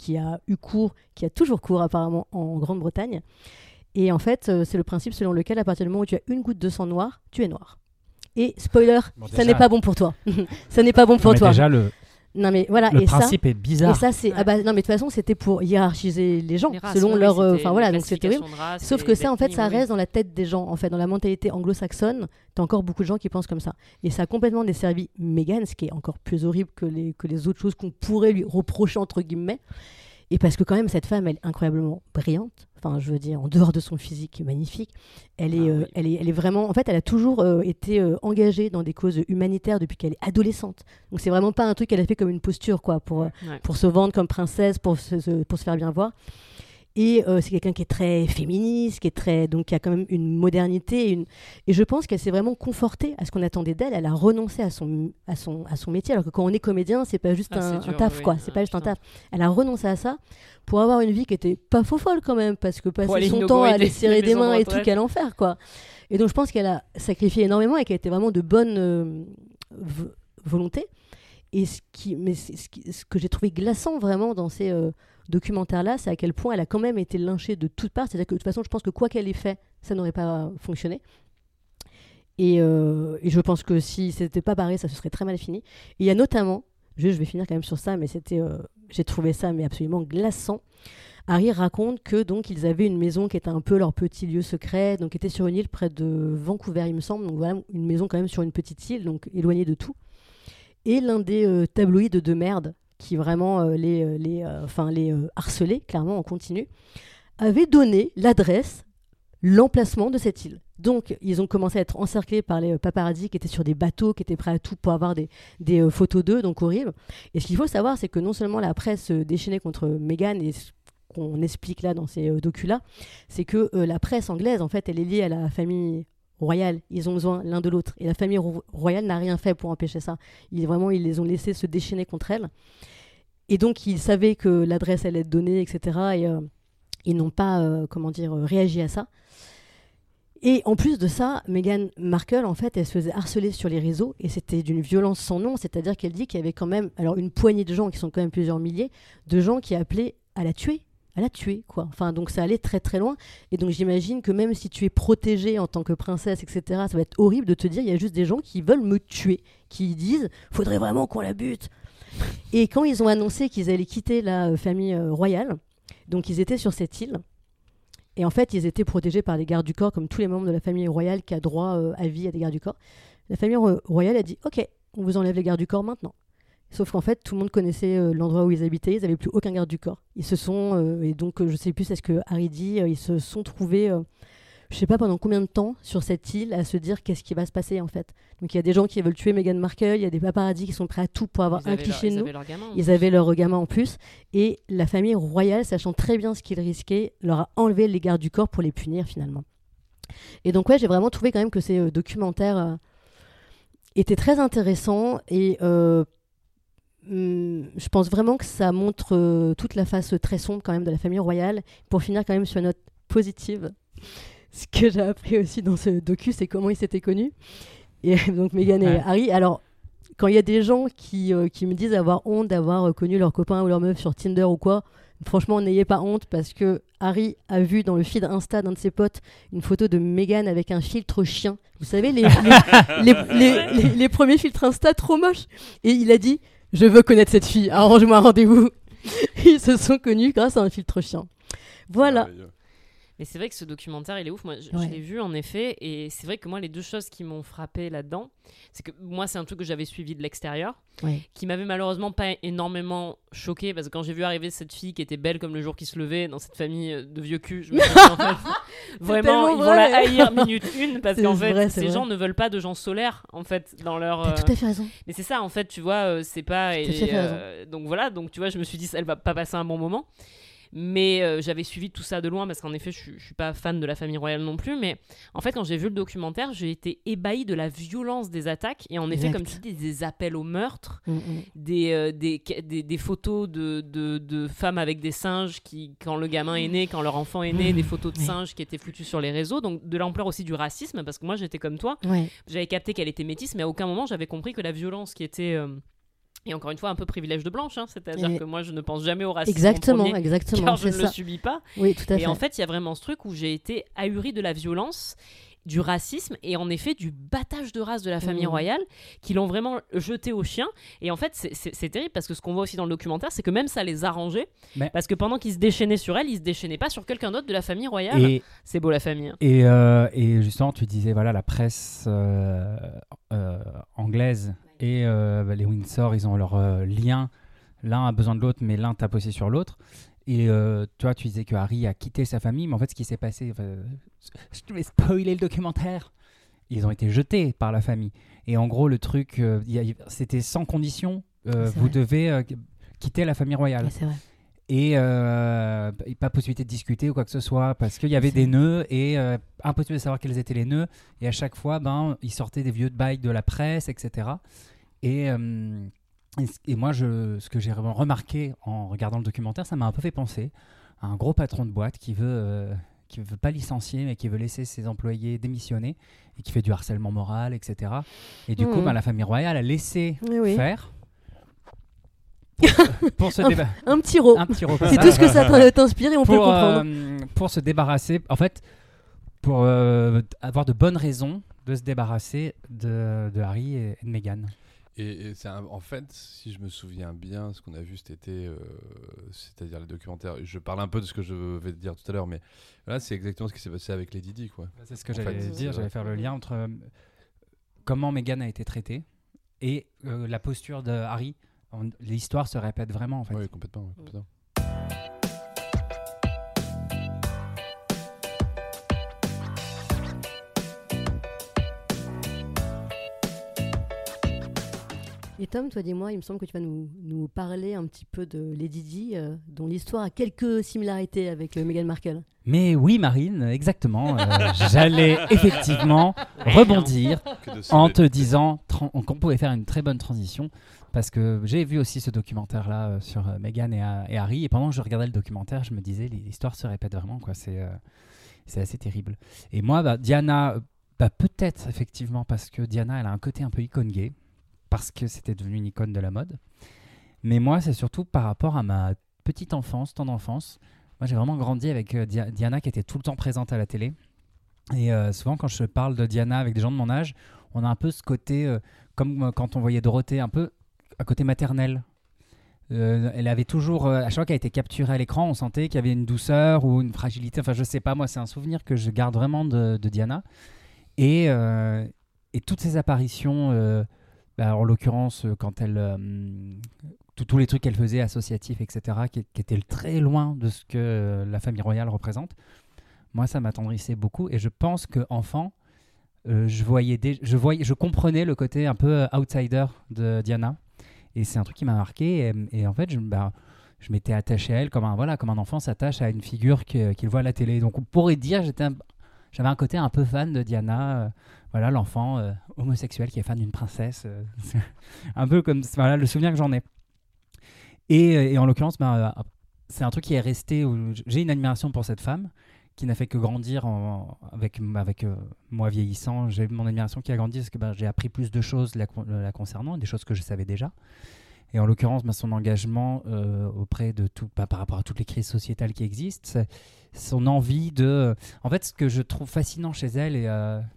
a toujours cours apparemment en Grande-Bretagne. Et en fait, c'est le principe selon lequel à partir du moment où tu as une goutte de sang noir, tu es noir. Et spoiler, ça n'est pas bon pour toi. Ça n'est pas bon pour toi. Déjà, non mais voilà, le principe est bizarre. Et ça c'est non mais de toute façon c'était pour hiérarchiser les gens selon leur donc c'était horrible. Sauf que ça en fait ça reste dans la tête des gens en fait, dans la mentalité anglo-saxonne, t'as encore beaucoup de gens qui pensent comme ça. Et ça a complètement desservi Meghan, ce qui est encore plus horrible que les autres choses qu'on pourrait lui reprocher entre guillemets. Et parce que quand même cette femme elle est incroyablement brillante. Enfin, je veux dire, en dehors de son physique magnifique, elle est vraiment... En fait, elle a toujours été engagée dans des causes humanitaires depuis qu'elle est adolescente. Donc, c'est vraiment pas un truc qu'elle a fait comme une posture, quoi, pour se vendre comme princesse, pour se faire bien voir. Et c'est quelqu'un qui est très féministe, qui a quand même une modernité. Et je pense qu'elle s'est vraiment confortée à ce qu'on attendait d'elle. Elle a renoncé à son métier. Alors que quand on est comédien, c'est pas juste un taf, quoi. C'est pas juste un taf. Elle a renoncé à ça pour avoir une vie qui était pas faux folle quand même, parce que passer son temps à aller serrer des mains et tout, quel enfer, quoi. Et donc je pense qu'elle a sacrifié énormément et qu'elle était vraiment de bonne volonté. Et ce que j'ai trouvé glaçant vraiment dans ces documentaire-là, c'est à quel point elle a quand même été lynchée de toutes parts. C'est-à-dire que de toute façon, je pense que quoi qu'elle ait fait, ça n'aurait pas fonctionné. Et je pense que si c'était pas barré, ça se serait très mal fini. Et il y a notamment, je vais finir quand même sur ça, mais j'ai trouvé ça mais absolument glaçant, Harry raconte que donc ils avaient une maison qui était un peu leur petit lieu secret, donc qui était sur une île près de Vancouver, il me semble. Donc voilà, une maison quand même sur une petite île, donc éloignée de tout. Et l'un des tabloïds de merde qui vraiment les harcelait clairement en continu, avait donné l'adresse, l'emplacement de cette île. Donc, ils ont commencé à être encerclés par les paparazzis qui étaient sur des bateaux, qui étaient prêts à tout pour avoir des photos d'eux, donc horrible. Et ce qu'il faut savoir, c'est que non seulement la presse se déchaînait contre Meghan, et ce qu'on explique là dans ces docus-là, c'est que la presse anglaise, en fait, elle est liée à la famille royale. Ils ont besoin l'un de l'autre. Et la famille royale n'a rien fait pour empêcher ça. Ils les ont laissés se déchaîner contre elle. Et donc, ils savaient que l'adresse allait être donnée, etc. Et ils n'ont pas, réagi à ça. Et en plus de ça, Meghan Markle, en fait, elle se faisait harceler sur les réseaux et c'était d'une violence sans nom. C'est-à-dire qu'elle dit qu'il y avait quand même une poignée de gens, qui sont quand même plusieurs milliers, de gens qui appelaient à la tuer. À la tuer, quoi. Enfin, donc ça allait très très loin. Et donc j'imagine que même si tu es protégée en tant que princesse, etc., ça va être horrible de te dire, il y a juste des gens qui veulent me tuer, qui disent, faudrait vraiment qu'on la bute. Et quand ils ont annoncé qu'ils allaient quitter la famille royale, donc ils étaient sur cette île. Et en fait, ils étaient protégés par des gardes du corps, comme tous les membres de la famille royale qui a droit à vie à des gardes du corps. La famille royale a dit « Ok, on vous enlève les gardes du corps maintenant ». Sauf qu'en fait, tout le monde connaissait l'endroit où ils habitaient, ils n'avaient plus aucun garde du corps. Ils se sont, et donc je ne sais plus, c'est ce que Harry dit, ils se sont trouvés, je ne sais pas pendant combien de temps, sur cette île, à se dire qu'est-ce qui va se passer en fait. Donc il y a des gens qui veulent tuer Meghan Markle, il y a des paparazzis qui sont prêts à tout pour avoir un cliché de nous. Ils avaient leur gamin en plus. Et la famille royale, sachant très bien ce qu'ils risquaient, leur a enlevé les gardes du corps pour les punir finalement. Et donc ouais, j'ai vraiment trouvé quand même que ces documentaires étaient très intéressants et je pense vraiment que ça montre toute la face très sombre quand même de la famille royale. Pour finir quand même sur une note positive, ce que j'ai appris aussi dans ce docu, c'est comment ils s'étaient connus. Et donc Meghan et Harry. Alors, quand il y a des gens qui me disent avoir honte d'avoir connu leur copain ou leur meuf sur Tinder ou quoi, franchement, n'ayez pas honte parce que Harry a vu dans le feed Insta d'un de ses potes une photo de Meghan avec un filtre chien. Vous savez, les premiers filtres Insta trop moches. Et il a dit « Je veux connaître cette fille, arrange-moi un rendez-vous ». Ils se sont connus grâce à un filtre chien. Voilà. Mais c'est vrai que ce documentaire, il est ouf. Moi, je l'ai vu en effet. Et c'est vrai que moi, les deux choses qui m'ont frappé là-dedans, c'est que moi, c'est un truc que j'avais suivi de l'extérieur, qui m'avait malheureusement pas énormément choqué. Parce que quand j'ai vu arriver cette fille qui était belle comme le jour qui se levait dans cette famille de vieux culs, je me suis dit, en fait, vraiment, ils vont la haïr minute une. Parce qu'en fait, ces gens ne veulent pas de gens solaires, en fait, dans leur. T'as tout à fait raison. Mais c'est ça, en fait, tu vois, c'est pas. Donc voilà, donc tu vois, je me suis dit, elle va pas passer un bon moment. Mais j'avais suivi tout ça de loin parce qu'en effet je suis pas fan de la famille royale non plus, mais en fait quand j'ai vu le documentaire j'ai été ébahie de la violence des attaques et en effet comme tu dis des appels au meurtre, des photos de femmes avec des singes qui, quand le gamin est né, quand leur enfant est né, des photos de singes qui étaient foutues sur les réseaux, donc de l'ampleur aussi du racisme parce que moi j'étais comme toi, j'avais capté qu'elle était métisse mais à aucun moment j'avais compris que la violence qui était et encore une fois, un peu privilège de blanche, hein, c'est-à-dire que moi, je ne pense jamais au racisme exactement, car je ne le subis pas. Oui, tout à fait. Et en fait, il y a vraiment ce truc où j'ai été ahurie de la violence, du racisme et en effet du battage de race de la famille royale qui l'ont vraiment jeté aux chiens. Et en fait, c'est terrible parce que ce qu'on voit aussi dans le documentaire, c'est que même ça les arrangeait parce que pendant qu'ils se déchaînaient sur elle, ils se déchaînaient pas sur quelqu'un d'autre de la famille royale. C'est beau la famille. Hein. Et justement, tu disais, voilà, la presse anglaise et les Windsor, ils ont leur lien. L'un a besoin de l'autre, mais l'un tape aussi sur l'autre. Et toi, tu disais que Harry a quitté sa famille, mais en fait, ce qui s'est passé, je te vais spoiler le documentaire. Ils ont été jetés par la famille. Et en gros, le truc, c'était sans condition. Vous devez quitter la famille royale. Ouais, c'est vrai. Et pas possibilité de discuter ou quoi que ce soit parce qu'il y avait des nœuds et impossible de savoir quels étaient les nœuds. Et à chaque fois, ils sortaient des vieux bails de la presse, etc. Et moi, ce que j'ai vraiment remarqué en regardant le documentaire, ça m'a un peu fait penser à un gros patron de boîte qui veut pas licencier, mais qui veut laisser ses employés démissionner et qui fait du harcèlement moral, etc. Et du coup, la famille royale a laissé faire. Pour se un petit rot. C'est tout ce que ça t'inspire et on peut le comprendre. Pour se débarrasser, en fait, pour avoir de bonnes raisons de se débarrasser de Harry et de Meghan. Et en fait, si je me souviens bien, ce qu'on a vu cet été, c'est-à-dire les documentaires, je parle un peu de ce que je vais te dire tout à l'heure, mais là, c'est exactement ce qui s'est passé avec Lady Di, quoi. C'est ce que j'allais dire, j'allais faire le lien entre comment Meghan a été traitée et la posture de Harry. L'histoire se répète vraiment, en fait. Oui, complètement. Et Tom, toi dis-moi, il me semble que tu vas nous parler un petit peu de Lady Di, dont l'histoire a quelques similarités avec Meghan Markle. Mais oui, Marine, exactement. J'allais effectivement rebondir en te disant qu'on pouvait faire une très bonne transition, parce que j'ai vu aussi ce documentaire-là sur Meghan et Harry, et pendant que je regardais le documentaire, je me disais, l'histoire se répète vraiment, quoi. C'est assez terrible. Et moi, Diana, peut-être effectivement, parce que Diana, elle a un côté un peu icône gay, parce que c'était devenu une icône de la mode. Mais moi, c'est surtout par rapport à ma petite enfance, temps d'enfance. Moi, j'ai vraiment grandi avec Diana qui était tout le temps présente à la télé. Et souvent, quand je parle de Diana avec des gens de mon âge, on a un peu ce côté, comme quand on voyait Dorothée, un peu à côté maternel. Elle avait toujours, à chaque fois qu'elle a été capturée à l'écran, on sentait qu'il y avait une douceur ou une fragilité. Enfin, je sais pas, moi, c'est un souvenir que je garde vraiment de Diana. Et toutes ces apparitions... en l'occurrence, quand elle, tous les trucs qu'elle faisait associatifs, etc., qui étaient très loin de ce que la famille royale représente, moi, ça m'attendrissait beaucoup. Et je pense qu'enfant, je comprenais le côté un peu outsider de Diana. Et c'est un truc qui m'a marqué. Et en fait, je m'étais attaché à elle comme un enfant s'attache à une figure qu'il voit à la télé. Donc, on pourrait dire j'avais un côté un peu fan de Diana, l'enfant homosexuel qui est fan d'une princesse. Un peu comme le souvenir que j'en ai. Et en l'occurrence, c'est un truc qui est resté. J'ai une admiration pour cette femme qui n'a fait que grandir avec moi vieillissant. J'ai mon admiration qui a grandi parce que j'ai appris plus de choses la concernant, des choses que je savais déjà. Et en l'occurrence, son engagement auprès de tout, par rapport à toutes les crises sociétales qui existent, son envie de... En fait, ce que je trouve fascinant chez elle, et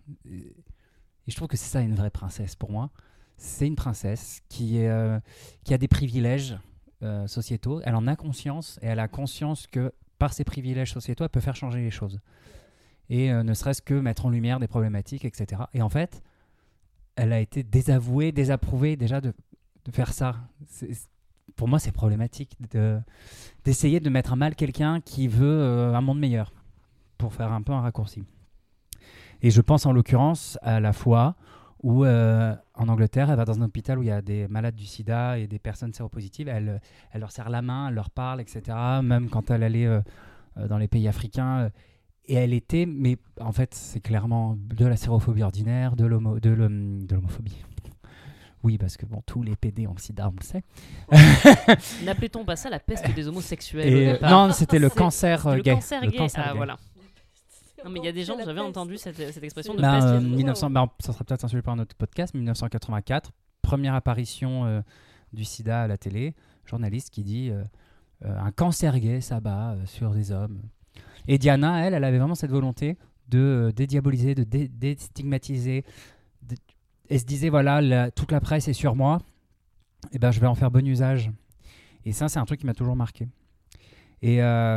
je trouve que c'est ça une vraie princesse pour moi, c'est une princesse qui a des privilèges sociétaux, elle en a conscience, et elle a conscience que par ses privilèges sociétaux, elle peut faire changer les choses. Et ne serait-ce que mettre en lumière des problématiques, etc. Et en fait, elle a été désavouée, désapprouvée déjà de faire ça. Pour moi, c'est problématique d'essayer de mettre à mal quelqu'un qui veut un monde meilleur, pour faire un peu un raccourci. Et je pense en l'occurrence à la fois où en Angleterre, elle va dans un hôpital où il y a des malades du sida et des personnes séropositives, elle leur serre la main, elle leur parle, etc. Même quand elle allait dans les pays africains. Et elle était, mais en fait, c'est clairement de la sérophobie ordinaire, de l'homophobie. Oui, parce que tous les PD ont le sida, on le sait. N'appelait-on pas ça la peste des homosexuels Non, c'était le cancer gay. Le cancer gay, voilà. Non, mais il y a des gens, j'avais entendu cette expression de peste. Ça sera peut-être un sujet pour un autre podcast, mais 1984, première apparition du sida à la télé, journaliste qui dit un cancer gay s'abat sur des hommes. Et Diana, elle avait vraiment cette volonté de dédiaboliser, de déstigmatiser. Elle se disait, toute la presse est sur moi, et je vais en faire bon usage. Et ça, c'est un truc qui m'a toujours marqué. Et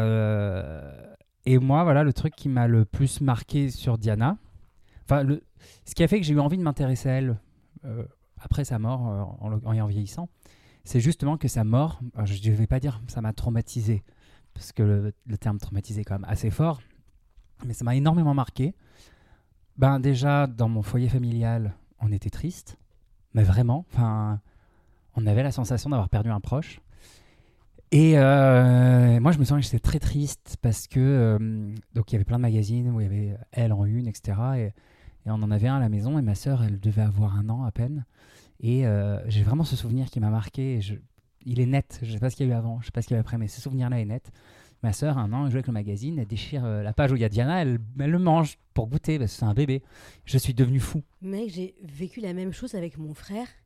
moi, le truc qui m'a le plus marqué sur Diana, ce qui a fait que j'ai eu envie de m'intéresser à elle après sa mort, en vieillissant, c'est justement que sa mort, je ne vais pas dire ça m'a traumatisé, parce que le terme traumatisé est quand même assez fort, mais ça m'a énormément marqué. Déjà, dans mon foyer familial, on était triste, mais vraiment, on avait la sensation d'avoir perdu un proche. Et moi, je me souviens que j'étais très triste parce que donc il y avait plein de magazines où il y avait elle en une, etc. Et on en avait un à la maison et ma sœur, elle devait avoir 1 an à peine. Et j'ai vraiment ce souvenir qui m'a marqué. Il est net, je ne sais pas ce qu'il y a eu avant, je ne sais pas ce qu'il y a eu après, mais ce souvenir-là est net. Ma sœur, 1 an, elle joue avec le magazine, elle déchire la page où il y a Diana, elle le mange pour goûter parce que c'est un bébé. Je suis devenu fou. Mec, j'ai vécu la même chose avec mon frère.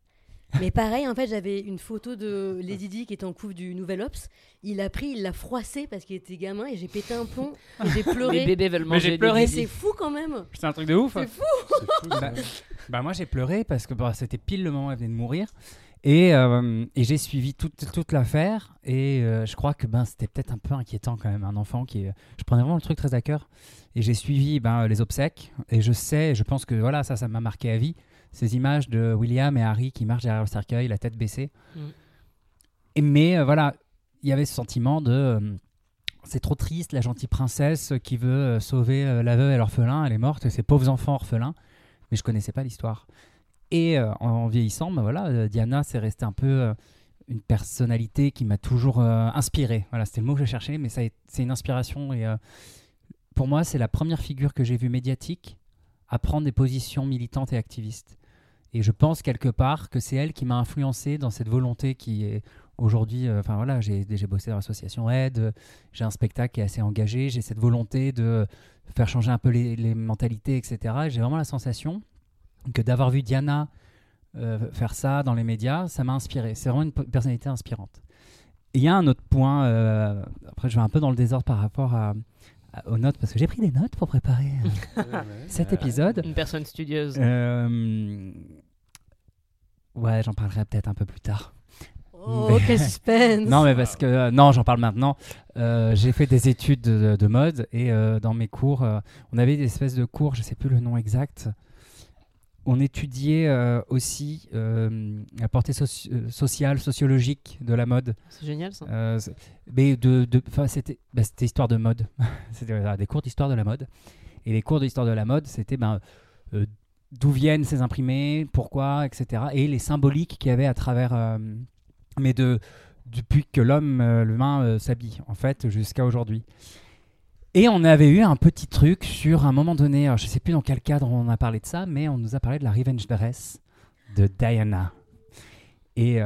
Mais pareil, en fait, j'avais une photo de Lady Di qui était en couve du Nouvel Obs. Il l'a froissé parce qu'il était gamin et j'ai pété un plomb et j'ai pleuré. Les bébés veulent Mais manger. j'ai pleuré. Mais c'est fou quand même. C'est un truc de ouf. C'est fou. C'est fou, ça. Bah moi j'ai pleuré parce que c'était pile le moment où elle venait de mourir et j'ai suivi toute l'affaire et je crois que c'était peut-être un peu inquiétant quand même, un enfant je prenais vraiment le truc très à cœur et j'ai suivi les obsèques et je pense que voilà ça m'a marqué à vie, ces images de William et Harry qui marchent derrière le cercueil, la tête baissée. Mais voilà, il y avait ce sentiment de c'est trop triste, la gentille princesse qui veut sauver la veuve et l'orphelin, elle est morte, et ces pauvres enfants orphelins. Mais je connaissais pas l'histoire. Et en vieillissant, Diana, c'est resté un peu une personnalité qui m'a toujours inspiré. Voilà, c'était le mot que je cherchais, mais c'est une inspiration. Et pour moi, c'est la première figure que j'ai vue médiatique à prendre des positions militantes et activistes. Et je pense quelque part que c'est elle qui m'a influencé dans cette volonté qui est aujourd'hui... j'ai bossé dans l'association Aide, j'ai un spectacle qui est assez engagé, j'ai cette volonté de faire changer un peu les mentalités, etc. Et j'ai vraiment la sensation que d'avoir vu Diana faire ça dans les médias, ça m'a inspiré. C'est vraiment une personnalité inspirante. Et il y a un autre point, après je vais un peu dans le désordre par rapport aux notes, parce que j'ai pris des notes pour préparer cet épisode. Une personne studieuse. Ouais, j'en parlerai peut-être un peu plus tard. Oh, quel suspense. Non, mais parce que... non, j'en parle maintenant. J'ai fait des études de mode et dans mes cours, on avait des espèces de cours, je ne sais plus le nom exact. On étudiait aussi la portée sociale, sociologique de la mode. C'est génial ça. Mais c'était histoire de mode. C'était des cours d'histoire de la mode. Et les cours d'histoire de la mode, c'était d'où viennent ces imprimés, pourquoi, etc. Et les symboliques qu'il y avait à travers... mais depuis que l'humain s'habille, en fait, jusqu'à aujourd'hui. Et on avait eu un petit truc sur un moment donné, alors je ne sais plus dans quel cadre on a parlé de ça, mais on nous a parlé de la revenge dress de Diana. Et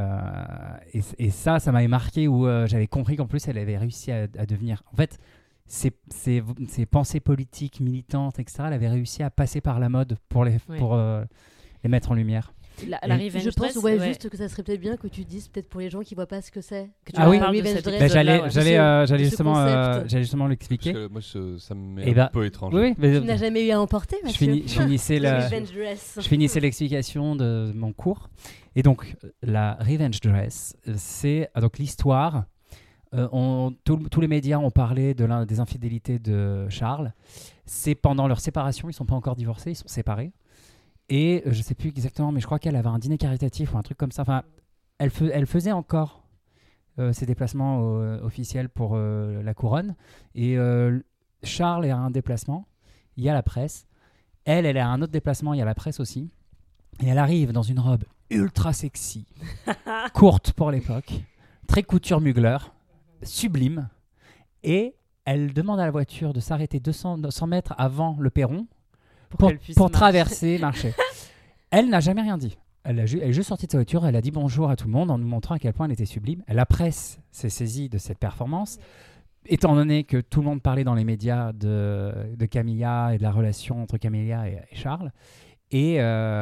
ça m'avait marqué où j'avais compris qu'en plus elle avait réussi à devenir... En fait, ses pensées politiques, militantes, etc., elle avait réussi à passer par la mode pour les mettre en lumière. La revenge je pense dress, juste que ça serait peut-être bien que tu dises, peut-être pour les gens qui voient pas ce que c'est. Que tu Ah oui, parles de de revenge cette dress. J'allais concept. justement l'expliquer. Parce que moi, ça me met un peu étrange. Oui, mais Tu n'as jamais eu à emporter, je Mathieu. finissais l'explication de mon cours. Et donc, la revenge dress, c'est donc l'histoire. Tous les médias ont parlé des infidélités de Charles. C'est pendant leur séparation, ils ne sont pas encore divorcés, ils sont séparés. Et je ne sais plus exactement, mais je crois qu'elle avait un dîner caritatif ou un truc comme ça. Enfin, elle faisait encore ses déplacements officiels pour la couronne. Et Charles est à un déplacement, il y a la presse. Elle est à un autre déplacement, il y a la presse aussi. Et elle arrive dans une robe ultra sexy, courte pour l'époque, très couture Mugler, sublime. Et elle demande à la voiture de s'arrêter 200 mètres avant le perron pour traverser, marcher. Elle n'a jamais rien dit. Elle est juste sortie de sa voiture, elle a dit bonjour à tout le monde en nous montrant à quel point elle était sublime. La presse s'est saisie de cette performance, étant donné que tout le monde parlait dans les médias de Camilla et de la relation entre Camilla et Charles. Et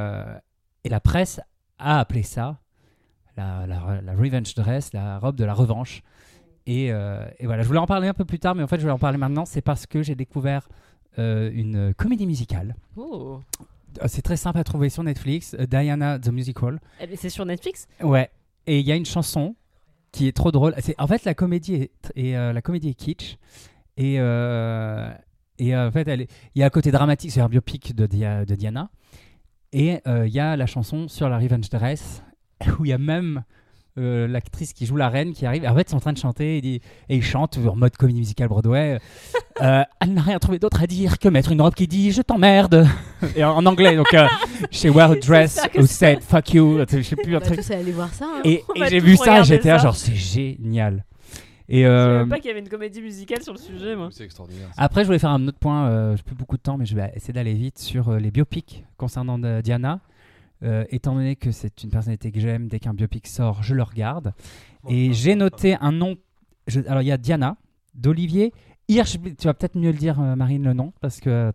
la presse a appelé ça la revenge dress, la robe de la revanche. Et voilà, je voulais en parler un peu plus tard, mais en fait je voulais en parler maintenant, c'est parce que j'ai découvert une comédie musicale. Oh. C'est très simple à trouver sur Netflix, Diana the Musical. C'est sur Netflix ? Ouais, et il y a une chanson qui est trop drôle. En fait, la comédie est kitsch. Et en fait, il y a un côté dramatique, c'est un biopic de Diana. Et il y a la chanson sur la Revenge Dress, où il y a même l'actrice qui joue la reine qui arrive. En fait, ils sont en train de chanter et ils chantent en mode comédie musicale Broadway. Elle n'a rien trouvé d'autre à dire que mettre une robe qui dit je t'emmerde et en anglais. Donc, she wear a dress who said fuck you. Je sais plus un truc. Tous aller voir ça. Hein. Et j'ai vu ça, j'étais là genre c'est génial. Et je savais même pas qu'il y avait une comédie musicale sur le sujet, moi. C'est extraordinaire. Après, je voulais faire un autre point. J'ai plus beaucoup de temps, mais je vais essayer d'aller vite sur les biopics concernant Diana. Étant donné que c'est une personnalité que j'aime, dès qu'un biopic sort, je le regarde. Et j'ai noté un nom. Alors, il y a Diana, d'Olivier Hirsch. Tu vas peut-être mieux le dire, Marine, le nom, parce que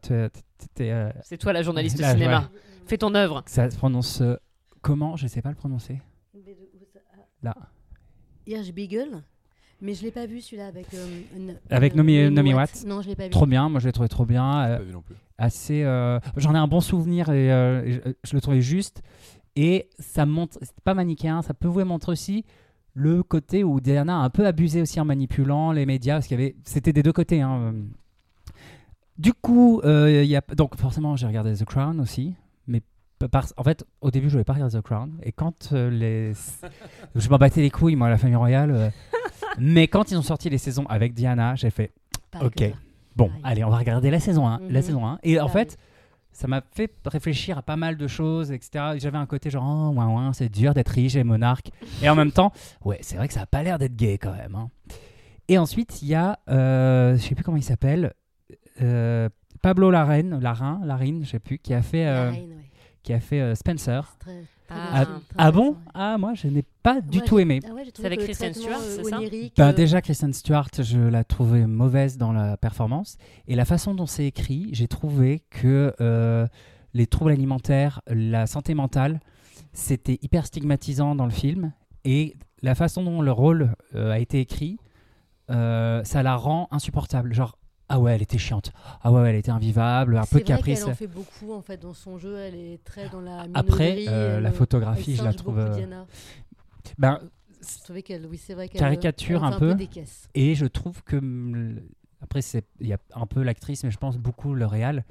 c'est toi la journaliste de cinéma. Ouais. Fais ton œuvre. Ça se prononce comment ? Je ne sais pas le prononcer. là. Hirschbiegel, mais je l'ai pas vu celui-là avec Naomi Watts. Non, je l'ai pas vu. Trop bien, moi je l'ai trouvé trop bien. Je l'ai pas vu non plus. Assez, j'en ai un bon souvenir et je le trouvais juste. Et ça montre, c'est pas manichéen, ça pouvait montrer aussi le côté où Diana a un peu abusé aussi en manipulant les médias, parce c'était des deux côtés. Hein. Du coup, donc forcément j'ai regardé The Crown aussi, mais en fait au début je voulais pas regarder The Crown, et quand je m'en battais les couilles moi la famille royale, mais quand ils ont sorti les saisons avec Diana, j'ai fait ok, bon allez on va regarder la saison 1, la saison 1. Et en fait ça m'a fait réfléchir à pas mal de choses, etc. J'avais un côté genre c'est dur d'être riche et monarque, et en même temps ouais c'est vrai que ça a pas l'air d'être gay quand même, hein. Et ensuite il y a je sais plus comment il s'appelle, Pablo Larraín, je sais plus, qui a fait Spencer. Bon, moi je n'ai pas du tout aimé. C'est avec Kristen Stewart, c'est ça? Déjà Kristen Stewart, je la trouvais mauvaise dans la performance, et la façon dont c'est écrit, j'ai trouvé que les troubles alimentaires, la santé mentale, c'était hyper stigmatisant dans le film, et la façon dont le rôle a été écrit, ça la rend insupportable. Genre ah ouais, elle était chiante. Ah ouais, elle était invivable, un peu caprice. Elle en fait beaucoup en fait dans son jeu. Elle est très dans la minauderie. Après, la photographie, je la trouve. Je trouvais qu'elle, oui, c'est vrai qu'elle caricature un peu. Des caisses. Et je trouve que après, il y a un peu l'actrice, mais je pense beaucoup le réal.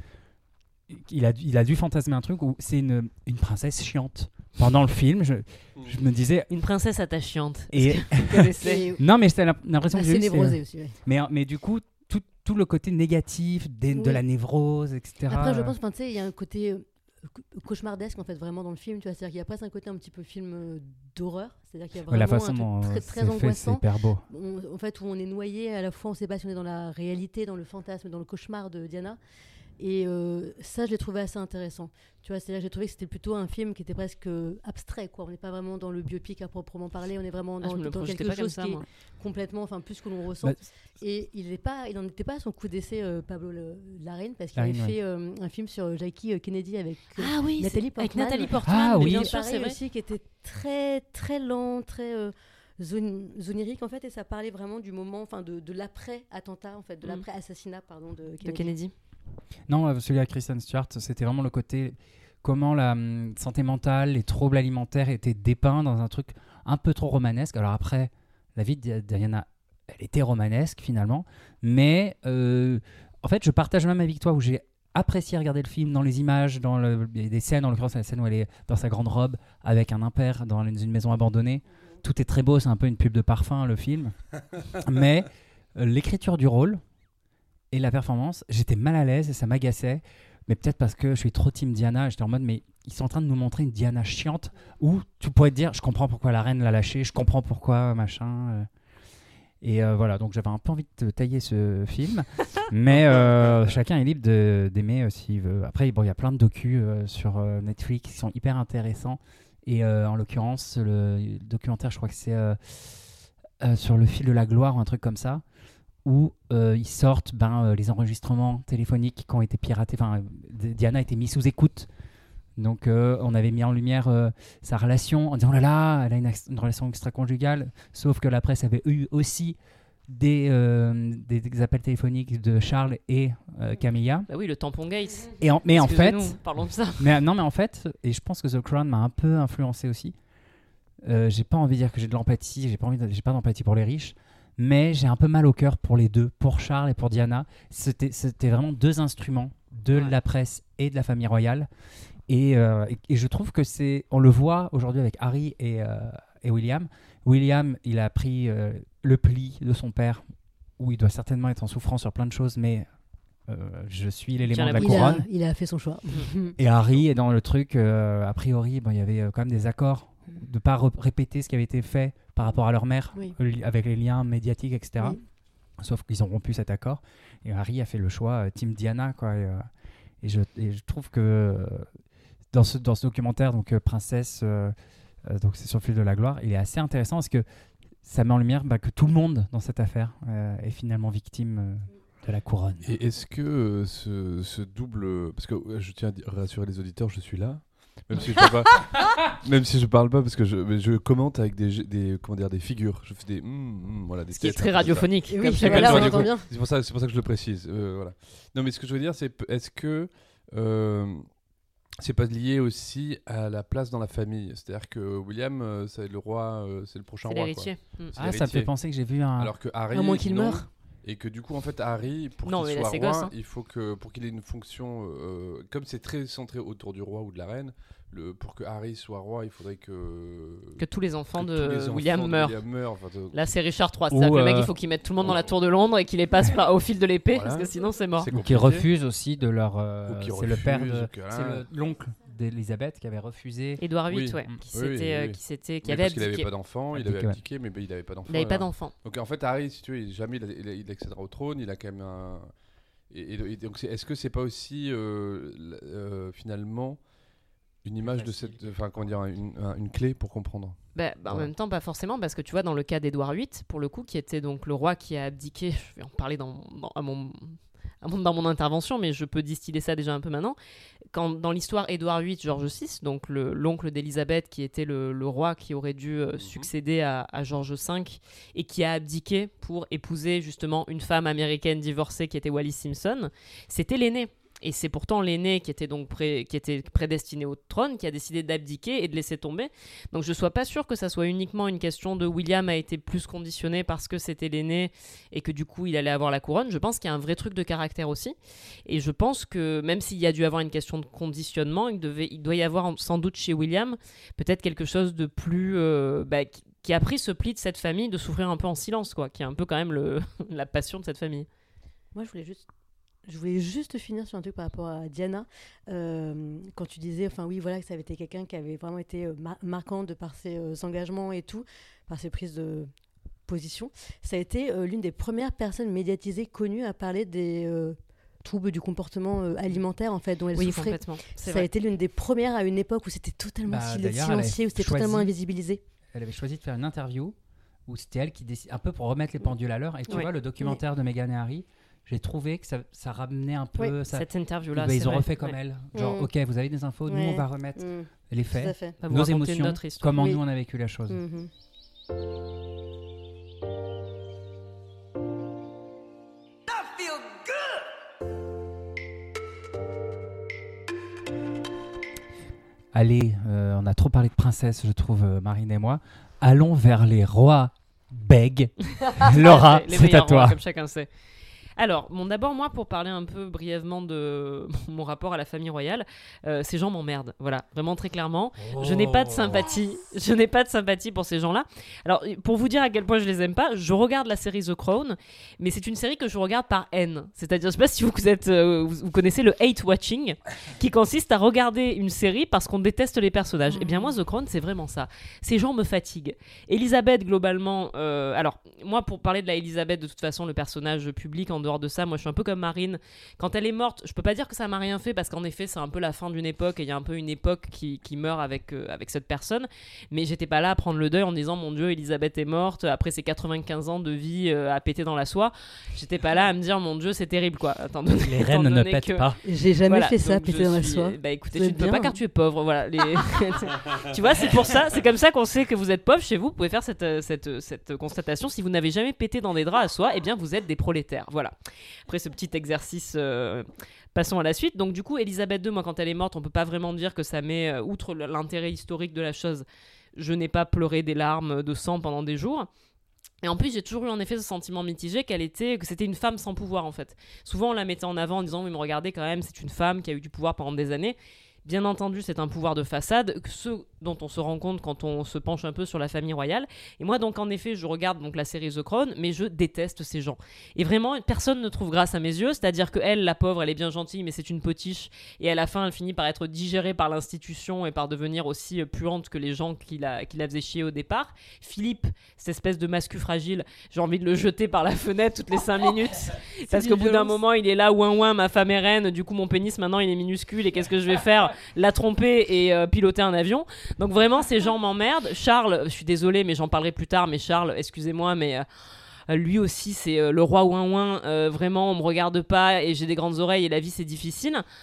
Il a dû fantasmer un truc où c'est une princesse chiante. Pendant le film, je me disais une princesse attachante. Et non, mais c'était l'impression que j'ai eu. C'est névrosée aussi. Ouais. Mais du coup. Tout le côté négatif de la névrose, etc. Après, je pense, tu sais, il y a un côté cauchemardesque en fait vraiment dans le film. Tu vois, c'est-à-dire qu'il y a presque un côté un petit peu film d'horreur. C'est-à-dire qu'il y a vraiment la façon un truc très angoissant. C'est hyper beau. En fait, où on est noyé à la fois, on ne sait pas si on est dans la réalité, dans le fantasme, dans le cauchemar de Diana. Et ça, je l'ai trouvé assez intéressant. Tu vois, c'est-à-dire que j'ai trouvé que c'était plutôt un film qui était presque abstrait, quoi. On n'est pas vraiment dans le biopic à proprement parler, on est vraiment dans quelque chose qui est complètement, enfin, plus que l'on ressent. Et il n'en était pas à son coup d'essai, Pablo Larraín, parce qu'il avait fait un film sur Jackie Kennedy avec Nathalie Portman. Avec Nathalie Portman, ah, oui. bien sûr, c'est vrai. Aussi, qui était très, très lent, très zonirique en fait, et ça parlait vraiment du moment, enfin, de l'après-attentat, en fait, de l'après-assassinat, pardon, de Kennedy. Non, celui à Kristen Stewart, c'était vraiment le côté comment la santé mentale, les troubles alimentaires étaient dépeints dans un truc un peu trop romanesque. Alors après, la vie de Diana, elle était romanesque finalement, mais en fait, je partage même avec toi où j'ai apprécié regarder le film dans les images, dans des scènes, en l'occurrence la scène où elle est dans sa grande robe avec un impair dans une maison abandonnée. Tout est très beau, c'est un peu une pub de parfum le film, mais l'écriture du rôle et la performance, j'étais mal à l'aise et ça m'agaçait, mais peut-être parce que je suis trop team Diana. J'étais en mode, mais ils sont en train de nous montrer une Diana chiante où tu pourrais te dire, je comprends pourquoi la reine l'a lâché, je comprends pourquoi machin. Et voilà, donc j'avais un peu envie de tailler ce film, mais chacun est libre d'aimer s'il veut. Après, bon, il y a plein de docus sur Netflix qui sont hyper intéressants. Et en l'occurrence, le documentaire, je crois que c'est sur le fil de la gloire ou un truc comme ça, où ils sortent les enregistrements téléphoniques qui ont été piratés. Enfin, Diana a été mise sous écoute. Donc, on avait mis en lumière sa relation en disant oh là là, elle a une relation extra-conjugale. Sauf que la presse avait eu aussi des appels téléphoniques de Charles et Camilla. Bah oui, le tampon Gates. Mais en fait, parlons de ça. Mais en fait, et je pense que The Crown m'a un peu influencé aussi. J'ai pas envie de dire que j'ai de l'empathie. J'ai pas d'empathie pour les riches. Mais j'ai un peu mal au cœur pour les deux, pour Charles et pour Diana. C'était vraiment deux instruments de la presse et de la famille royale. Et je trouve que on le voit aujourd'hui avec Harry et William. William, il a pris le pli de son père, où il doit certainement être en souffrance sur plein de choses, mais je suis l'élément de la couronne. Il a fait son choix. Et Harry est dans le truc, a priori, il y avait quand même des accords de ne pas répéter ce qui avait été fait par rapport à leur mère, avec les liens médiatiques, etc. Oui. Sauf qu'ils ont rompu cet accord. Et Harry a fait le choix Team Diana, quoi. Et je trouve que dans ce documentaire, donc Princesse, donc c'est sur le fil de la gloire, il est assez intéressant parce que ça met en lumière que tout le monde dans cette affaire est finalement victime de la couronne. Et est-ce que ce double... Parce que je tiens à rassurer les auditeurs, je suis là. Même si je parle pas, même si je parle pas parce que je commente avec des figures. Je fais des voilà, des Ce qui est sketchs, très un peu radiophonique. Et comme oui, chacun voilà, son on du entend coup. bien. C'est pour ça que je le précise. Voilà. Non, mais ce que je veux dire, c'est est-ce que c'est pas lié aussi à la place dans la famille. C'est-à-dire que William, c'est le roi, c'est le prochain C'est roi. l'héritier. Quoi. C'est Ça me fait l'héritier. penser que j'ai vu un. Alors que Harry, À moins qu'il non. meure. Et que du coup, en fait, Harry, pour Non, qu'il mais là, soit c'est roi, gosse, hein. il faut que, pour qu'il ait une fonction, comme c'est très centré autour du roi ou de la reine, pour que Harry soit roi, il faudrait que Que tous les enfants que de tous les enfants William de meurent. William meurent. Enfin, Là, c'est Richard III. Ou, C'est-à-dire que le mec, il faut qu'il mette tout le monde dans la tour de Londres et qu'il les passe au fil de l'épée, Voilà. parce que sinon, c'est mort. c'est Ou qui compliqué. refuse aussi de leur. Ou qui c'est le père de. refuse, que là- C'est l'oncle d'Elisabeth qui avait refusé. Édouard VIII, Oui. ouais, Oui, qui oui. avait parce qu'il abdiqué. n'avait pas d'enfant, il Abdiqué, avait ouais. abdiqué, mais il n'avait pas d'enfant. Il n'avait pas alors. d'enfant. Donc en fait, Harry, si tu veux, jamais il accédera au trône, il a quand même un. Et donc, est-ce que c'est pas aussi finalement une image de cette, enfin comment dire, une clé pour comprendre. En même temps, pas forcément, parce que tu vois, dans le cas d'Édouard VIII, pour le coup, qui était donc le roi qui a abdiqué, je vais en parler dans mon intervention, mais je peux distiller ça déjà un peu maintenant. Dans l'histoire Édouard VIII, George VI, donc l'oncle d'Élisabeth, qui était le roi qui aurait dû succéder à George V, et qui a abdiqué pour épouser justement une femme américaine divorcée qui était Wallis Simpson, c'était l'aîné. Et c'est pourtant l'aîné qui était donc qui était prédestiné au trône, qui a décidé d'abdiquer et de laisser tomber. Donc je ne suis pas sûr que ça soit uniquement une question de William a été plus conditionné parce que c'était l'aîné et que du coup il allait avoir la couronne. Je pense qu'il y a un vrai truc de caractère aussi. Et je pense que même s'il y a dû avoir une question de conditionnement, il doit y avoir sans doute chez William peut-être quelque chose de plus... qui a pris ce pli de cette famille de souffrir un peu en silence, quoi, qui est un peu quand même la passion de cette famille. Moi, je voulais juste finir sur un truc par rapport à Diana. Quand tu disais, enfin oui, voilà, que ça avait été quelqu'un qui avait vraiment été marquant de par ses engagements et tout, par ses prises de position. Ça a été l'une des premières personnes médiatisées connues à parler des troubles du comportement alimentaire, en fait, dont elle souffrait. Complètement. Ça a été l'une des premières à une époque où c'était totalement silencieux, où c'était totalement invisibilisé. Elle avait choisi de faire une interview où c'était elle qui décide, un peu pour remettre les pendules à l'heure. Et tu vois, le documentaire de Meghan et Harry, j'ai trouvé que ça ramenait un peu cette interview-là. Ils ont refait comme elle. Genre, ok, vous avez des infos, nous on va remettre les faits, nos émotions, comment nous on a vécu la chose. Allez, on a trop parlé de princesse, je trouve, Marine et moi. Allons vers les rois bègues. Laura, c'est à toi. Rois, comme chacun sait. Alors, d'abord, moi, pour parler un peu brièvement de mon rapport à la famille royale, ces gens m'emmerdent. Voilà, vraiment très clairement. Je n'ai pas de sympathie. Je n'ai pas de sympathie pour ces gens-là. Alors, pour vous dire à quel point je les aime pas, je regarde la série The Crown, mais c'est une série que je regarde par haine. C'est-à-dire, je sais pas si vous connaissez le hate watching, qui consiste à regarder une série parce qu'on déteste les personnages. Eh bien, moi, The Crown, c'est vraiment ça. Ces gens me fatiguent. Elisabeth, globalement, alors, moi, pour parler de la Elisabeth, de toute façon, le personnage public, en dehors de ça, moi je suis un peu comme Marine. Quand elle est morte, je peux pas dire que ça m'a rien fait parce qu'en effet c'est un peu la fin d'une époque et il y a un peu une époque qui meurt avec cette personne, mais j'étais pas là à prendre le deuil en disant mon Dieu, Elisabeth est morte après ses 95 ans de vie à péter dans la soie. J'étais pas là à me dire mon Dieu c'est terrible quoi. Les reines ne pètent pas. J'ai jamais fait ça, péter dans la soie. Bah écoutez, tu ne peux pas car tu es pauvre, voilà. Tu vois, c'est pour ça, c'est comme ça qu'on sait que vous êtes pauvre chez vous. Vous pouvez faire cette constatation. Si vous n'avez jamais pété dans des draps à soie, eh bien vous êtes des prolétaires, voilà. Après ce petit exercice, passons à la suite. Donc du coup, Elisabeth II, moi quand elle est morte, on peut pas vraiment dire que ça met, outre l'intérêt historique de la chose, je n'ai pas pleuré des larmes de sang pendant des jours. Et en plus, j'ai toujours eu en effet ce sentiment mitigé que c'était une femme sans pouvoir en fait. Souvent, on la mettait en avant en disant, oui, mais regardez quand même, c'est une femme qui a eu du pouvoir pendant des années. Bien entendu, c'est un pouvoir de façade, ce dont on se rend compte quand on se penche un peu sur la famille royale. Et moi, donc, en effet, je regarde donc la série The Crown, mais je déteste ces gens. Et vraiment, personne ne trouve grâce à mes yeux, c'est-à-dire qu'elle, la pauvre, elle est bien gentille, mais c'est une potiche. Et à la fin, elle finit par être digérée par l'institution et par devenir aussi puante que les gens qui la faisaient chier au départ. Philippe, cette espèce de mascu fragile, j'ai envie de le jeter par la fenêtre toutes les 5 minutes. Parce qu'au bout d'un moment, il est là, ouin, ma femme est reine, du coup, mon pénis, maintenant, il est minuscule, et qu'est-ce que je vais faire ? La tromper et piloter un avion. Donc vraiment ces gens m'emmerdent. Charles, je suis désolée mais j'en parlerai plus tard, mais Charles, excusez-moi mais lui aussi c'est le roi ouin, vraiment on me regarde pas et j'ai des grandes oreilles et la vie c'est difficile.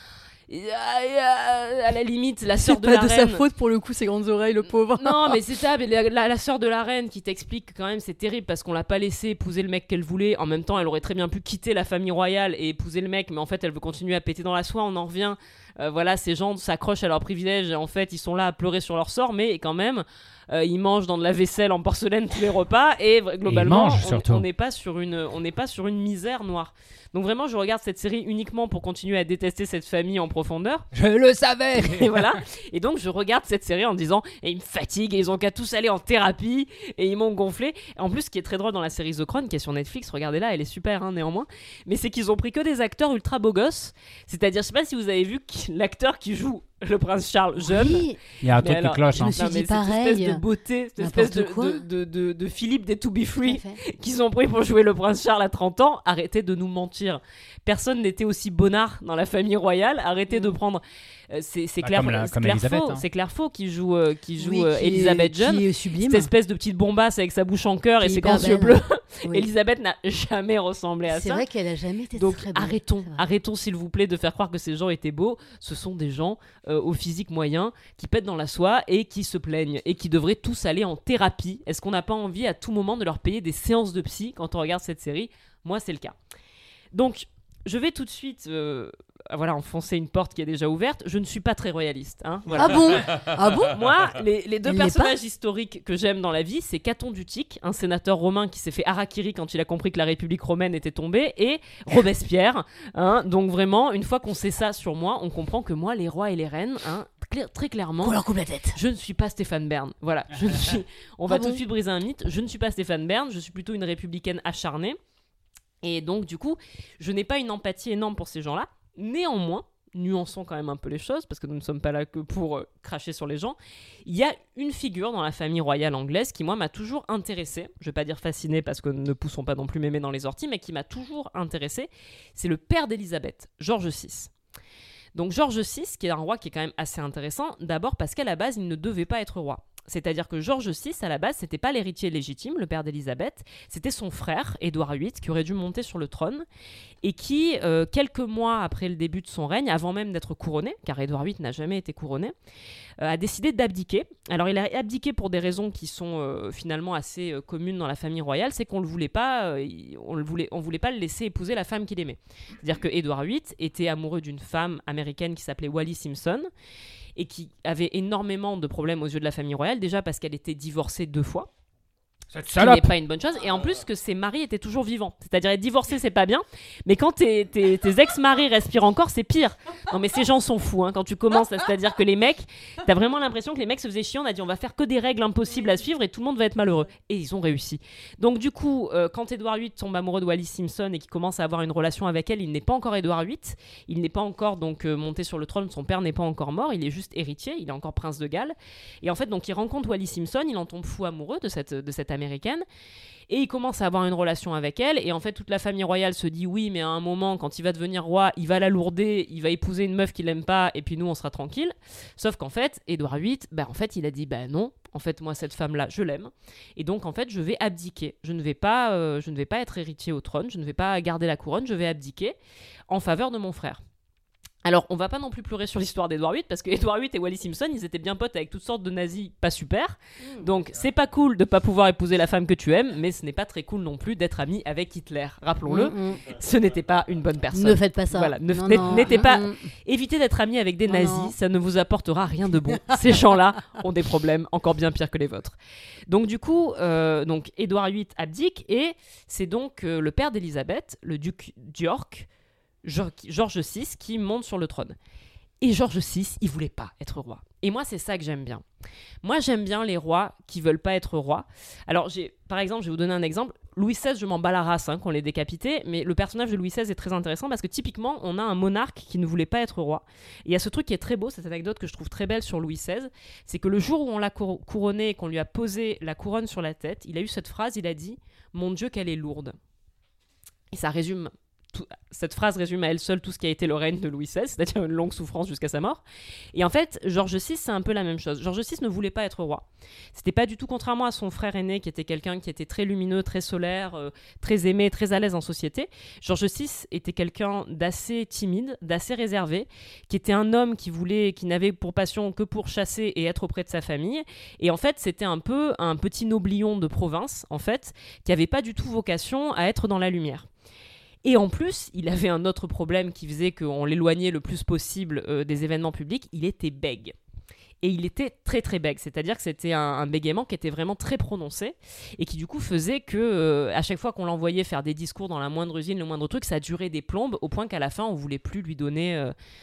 à la limite, la sœur de la reine. C'est pas de sa faute pour le coup, ses grandes oreilles, le pauvre. Non, mais c'est ça, mais la sœur de la reine qui t'explique quand même, c'est terrible parce qu'on l'a pas laissé épouser le mec qu'elle voulait. En même temps, elle aurait très bien pu quitter la famille royale et épouser le mec, mais en fait, elle veut continuer à péter dans la soie. On en revient. Voilà, ces gens s'accrochent à leurs privilèges et en fait, ils sont là à pleurer sur leur sort, mais quand même, ils mangent dans de la vaisselle en porcelaine tous les repas et globalement, on n'est pas sur une misère noire. Donc vraiment, je regarde cette série uniquement pour continuer à détester cette famille en profondeur. Je le savais. Et voilà. Et donc, je regarde cette série en me disant, ils me fatiguent, et ils ont qu'à tous aller en thérapie, et ils m'ont gonflé. En plus, ce qui est très drôle dans la série The Crown, qui est sur Netflix, regardez-la, elle est super, hein, néanmoins. Mais c'est qu'ils ont pris que des acteurs ultra beaux gosses. C'est-à-dire, je sais pas si vous avez vu l'acteur qui joue le prince Charles jeune. Oui. Il y a un truc qui cloche. Je me suis dit pareil. Cette espèce de beauté, cette espèce de Philippe des To Be Free qu'ils ont pris pour jouer le prince Charles à 30 ans. Arrêtez de nous mentir. Personne n'était aussi bonnard dans la famille royale. Arrêtez de prendre. C'est Claire, c'est Claire Faux qui joue Elisabeth jeune. Qui est sublime. Cette espèce de petite bombasse avec sa bouche en cœur et ses grands yeux bleus. Oui. Elisabeth n'a jamais ressemblé à ça. C'est vrai qu'elle a jamais été donc, très bonne. Arrêtons s'il vous plaît de faire croire que ces gens étaient beaux. Ce sont des gens au physique moyen qui pètent dans la soie et qui se plaignent et qui devraient tous aller en thérapie. Est-ce qu'on n'a pas envie à tout moment de leur payer des séances de psy quand on regarde cette série ? Moi, c'est le cas. Donc, je vais tout de suite enfoncer une porte qui est déjà ouverte. Je ne suis pas très royaliste. Hein, voilà. Ah bon Moi, les deux personnages historiques que j'aime dans la vie, c'est Caton d'Utique, un sénateur romain qui s'est fait harakiri quand il a compris que la République romaine était tombée, et Robespierre. Hein, donc vraiment, une fois qu'on sait ça sur moi, on comprend que moi, les rois et les reines, très clairement, on leur coupe la tête. Je ne suis pas Stéphane Bern. Voilà, on va tout de suite briser un mythe. Je ne suis pas Stéphane Bern, je suis plutôt une républicaine acharnée. Et donc, du coup, je n'ai pas une empathie énorme pour ces gens-là. Néanmoins, nuançons quand même un peu les choses, parce que nous ne sommes pas là que pour cracher sur les gens. Il y a une figure dans la famille royale anglaise qui, moi, m'a toujours intéressée. Je ne vais pas dire fascinée, parce que ne poussons pas non plus mémé dans les orties, mais qui m'a toujours intéressée. C'est le père d'Élisabeth, George VI. Donc, George VI, qui est un roi qui est quand même assez intéressant, d'abord parce qu'à la base, il ne devait pas être roi. C'est-à-dire que George VI, à la base, c'était pas l'héritier légitime, le père d'Élisabeth, c'était son frère, Édouard VIII, qui aurait dû monter sur le trône, et qui, quelques mois après le début de son règne, avant même d'être couronné, car Édouard VIII n'a jamais été couronné, a décidé d'abdiquer. Alors, il a abdiqué pour des raisons qui sont finalement assez communes dans la famille royale, c'est qu'on ne voulait pas, on voulait pas le laisser épouser la femme qu'il aimait. C'est-à-dire que Édouard VIII était amoureux d'une femme américaine qui s'appelait Wallis Simpson, et qui avait énormément de problèmes aux yeux de la famille royale, déjà parce qu'elle était divorcée 2 fois. Ce qui n'est pas une bonne chose, et en plus que ses maris étaient toujours vivants. C'est-à-dire être divorcé, c'est pas bien, mais quand tes ex-maris respirent encore, c'est pire. Non mais ces gens sont fous, hein, quand tu commences, c'est-à-dire que les mecs, t'as vraiment l'impression que les mecs se faisaient chier, on a dit on va faire que des règles impossibles à suivre et tout le monde va être malheureux. Et ils ont réussi. Donc du coup, quand Édouard VIII tombe amoureux de Wallis Simpson et qu'il commence à avoir une relation avec elle, il n'est pas encore Édouard VIII, il n'est pas encore donc monté sur le trône, son père n'est pas encore mort, il est juste héritier, il est encore prince de Galles. Et en fait, donc il rencontre Wallis Simpson, il en tombe fou amoureux de cette américaine, et il commence à avoir une relation avec elle, et en fait toute la famille royale se dit oui, mais à un moment quand il va devenir roi, il va la lourder, il va épouser une meuf qu'il aime pas, et puis nous on sera tranquille. Sauf qu'en fait Édouard VIII, en fait il a dit non, en fait moi cette femme là je l'aime, et donc en fait je vais abdiquer, je ne vais pas être héritier au trône, je ne vais pas garder la couronne, je vais abdiquer en faveur de mon frère. Alors, on va pas non plus pleurer sur l'histoire d'Édouard VIII, parce que Édouard VIII et Wallis Simpson, ils étaient bien potes avec toutes sortes de nazis pas super. Donc, c'est pas cool de pas pouvoir épouser la femme que tu aimes, mais ce n'est pas très cool non plus d'être ami avec Hitler. Rappelons-le, ce n'était pas une bonne personne. Ne faites pas ça. Voilà, évitez d'être ami avec des nazis, ça ne vous apportera rien de bon. Ces gens-là ont des problèmes encore bien pires que les vôtres. Donc, du coup, Édouard VIII abdique, et c'est donc le père d'Élisabeth, le duc d'York, George VI, qui monte sur le trône. Et George VI, il voulait pas être roi. Et moi, c'est ça que j'aime bien. Moi, j'aime bien les rois qui veulent pas être rois. Alors, par exemple, je vais vous donner un exemple. Louis XVI, je m'en bats la race qu'on l'ait décapité, mais le personnage de Louis XVI est très intéressant parce que typiquement, on a un monarque qui ne voulait pas être roi. Et il y a ce truc qui est très beau, cette anecdote que je trouve très belle sur Louis XVI, c'est que le jour où on l'a couronné et qu'on lui a posé la couronne sur la tête, il a eu cette phrase, il a dit « Mon Dieu, qu'elle est lourde ». Et ça résume cette phrase résume à elle seule tout ce qui a été le règne de Louis XVI, c'est-à-dire une longue souffrance jusqu'à sa mort. Et en fait, George VI, c'est un peu la même chose. George VI ne voulait pas être roi. C'était pas du tout, contrairement à son frère aîné, qui était quelqu'un qui était très lumineux, très solaire, très aimé, très à l'aise en société. George VI était quelqu'un d'assez timide, d'assez réservé, qui était un homme qui n'avait pour passion que pour chasser et être auprès de sa famille. Et en fait, c'était un peu un petit noblion de province, en fait, qui avait pas du tout vocation à être dans la lumière. Et en plus, il avait un autre problème qui faisait qu'on l'éloignait le plus possible des événements publics, il était bègue. Et il était très très bègue, c'est-à-dire que c'était un bégaiement qui était vraiment très prononcé et qui du coup faisait que à chaque fois qu'on l'envoyait faire des discours dans la moindre usine, le moindre truc, ça durait des plombes au point qu'à la fin on voulait plus lui donner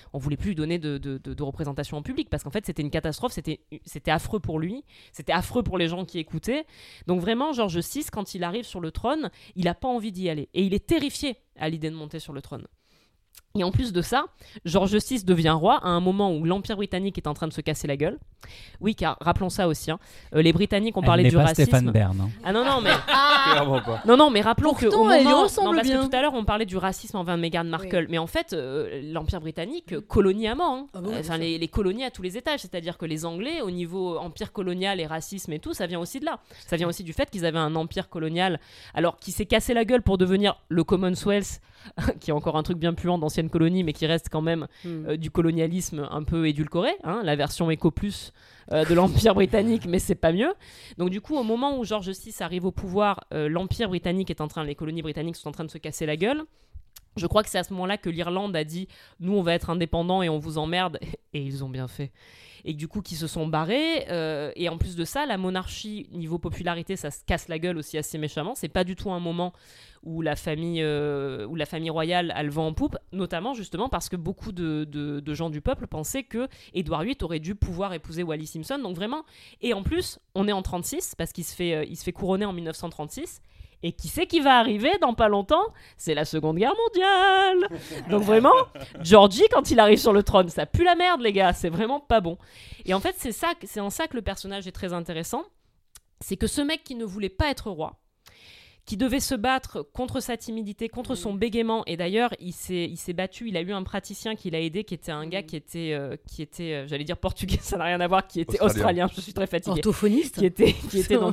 de représentation en public parce qu'en fait c'était une catastrophe, c'était affreux pour lui, c'était affreux pour les gens qui écoutaient. Donc vraiment George VI, quand il arrive sur le trône, il n'a pas envie d'y aller et il est terrifié à l'idée de monter sur le trône. Et en plus de ça, George VI devient roi à un moment où l'Empire britannique est en train de se casser la gueule. Oui, car rappelons ça aussi. Les Britanniques ont parlé du racisme. Stéphane Bern. Hein. Ah non, mais. Clairement pas. Non, mais rappelons que. Pourtant, elle ressemble bien. Que tout à l'heure, on parlait du racisme envers Meghan Markle. Oui. Mais en fait, l'Empire britannique colonie à mort. Hein. Ah bon, les colonies à tous les étages. C'est-à-dire que les Anglais, au niveau empire colonial et racisme et tout, ça vient aussi de là. Ça vient aussi du fait qu'ils avaient un empire colonial, alors qui s'est cassé la gueule pour devenir le Commonwealth, qui est encore un truc bien puant d'ancienne colonie, mais qui reste quand même du colonialisme un peu édulcoré, hein, la version éco-plus de l'Empire britannique, mais c'est pas mieux. Donc du coup, au moment où George VI arrive au pouvoir, l'Empire britannique les colonies britanniques sont en train de se casser la gueule. Je crois que c'est à ce moment-là que l'Irlande a dit « Nous, on va être indépendants et on vous emmerde ». Et ils ont bien fait. Et du coup, qui se sont barrés. Et en plus de ça, la monarchie, niveau popularité, ça se casse la gueule aussi assez méchamment. C'est pas du tout un moment où la famille royale a le vent en poupe, notamment justement parce que beaucoup de gens du peuple pensaient que Édouard VIII aurait dû pouvoir épouser Wallis Simpson. Donc vraiment, et en plus, on est en 36 parce qu'il se fait couronner en 1936. Et qui c'est qui va arriver dans pas longtemps ? C'est la Seconde Guerre mondiale. Donc vraiment, Georgie, quand il arrive sur le trône, ça pue la merde, les gars. C'est vraiment pas bon. Et en fait, c'est en ça que le personnage est très intéressant. C'est que ce mec qui ne voulait pas être roi, qui devait se battre contre sa timidité, contre son bégaiement. Et d'ailleurs, il s'est battu. Il a eu un praticien qui l'a aidé, qui était un gars qui était j'allais dire portugais, ça n'a rien à voir, qui était australien. Je suis très fatiguée. Orthophoniste. Qui était donc.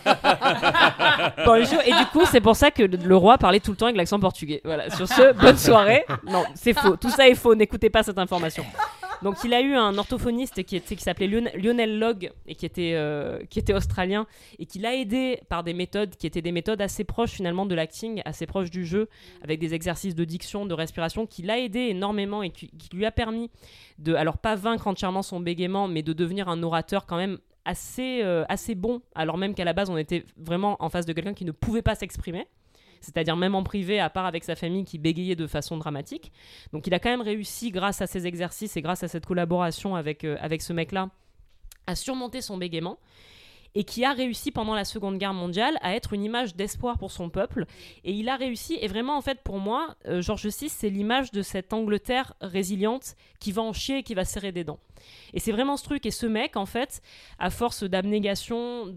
Bonjour. Et du coup, c'est pour ça que le roi parlait tout le temps avec l'accent portugais. Voilà. Sur ce, bonne soirée. Non, c'est faux. Tout ça est faux. N'écoutez pas cette information. Donc il a eu un orthophoniste qui s'appelait Lionel Logg et qui était australien et qui l'a aidé par des méthodes qui étaient des méthodes assez proches finalement de l'acting, assez proches du jeu, avec des exercices de diction, de respiration, qui l'a aidé énormément et qui lui a permis de, alors pas vaincre entièrement son bégaiement, mais de devenir un orateur quand même assez bon, alors même qu'à la base on était vraiment en face de quelqu'un qui ne pouvait pas s'exprimer. C'est-à-dire même en privé, à part avec sa famille qui bégayait de façon dramatique. Donc il a quand même réussi, grâce à ces exercices et grâce à cette collaboration avec ce mec-là, à surmonter son bégaiement, et qui a réussi pendant la Seconde Guerre mondiale à être une image d'espoir pour son peuple. Et il a réussi, et vraiment en fait pour moi, George VI, c'est l'image de cette Angleterre résiliente qui va en chier et qui va serrer des dents. Et c'est vraiment ce truc, et ce mec en fait, à force d'abnégation,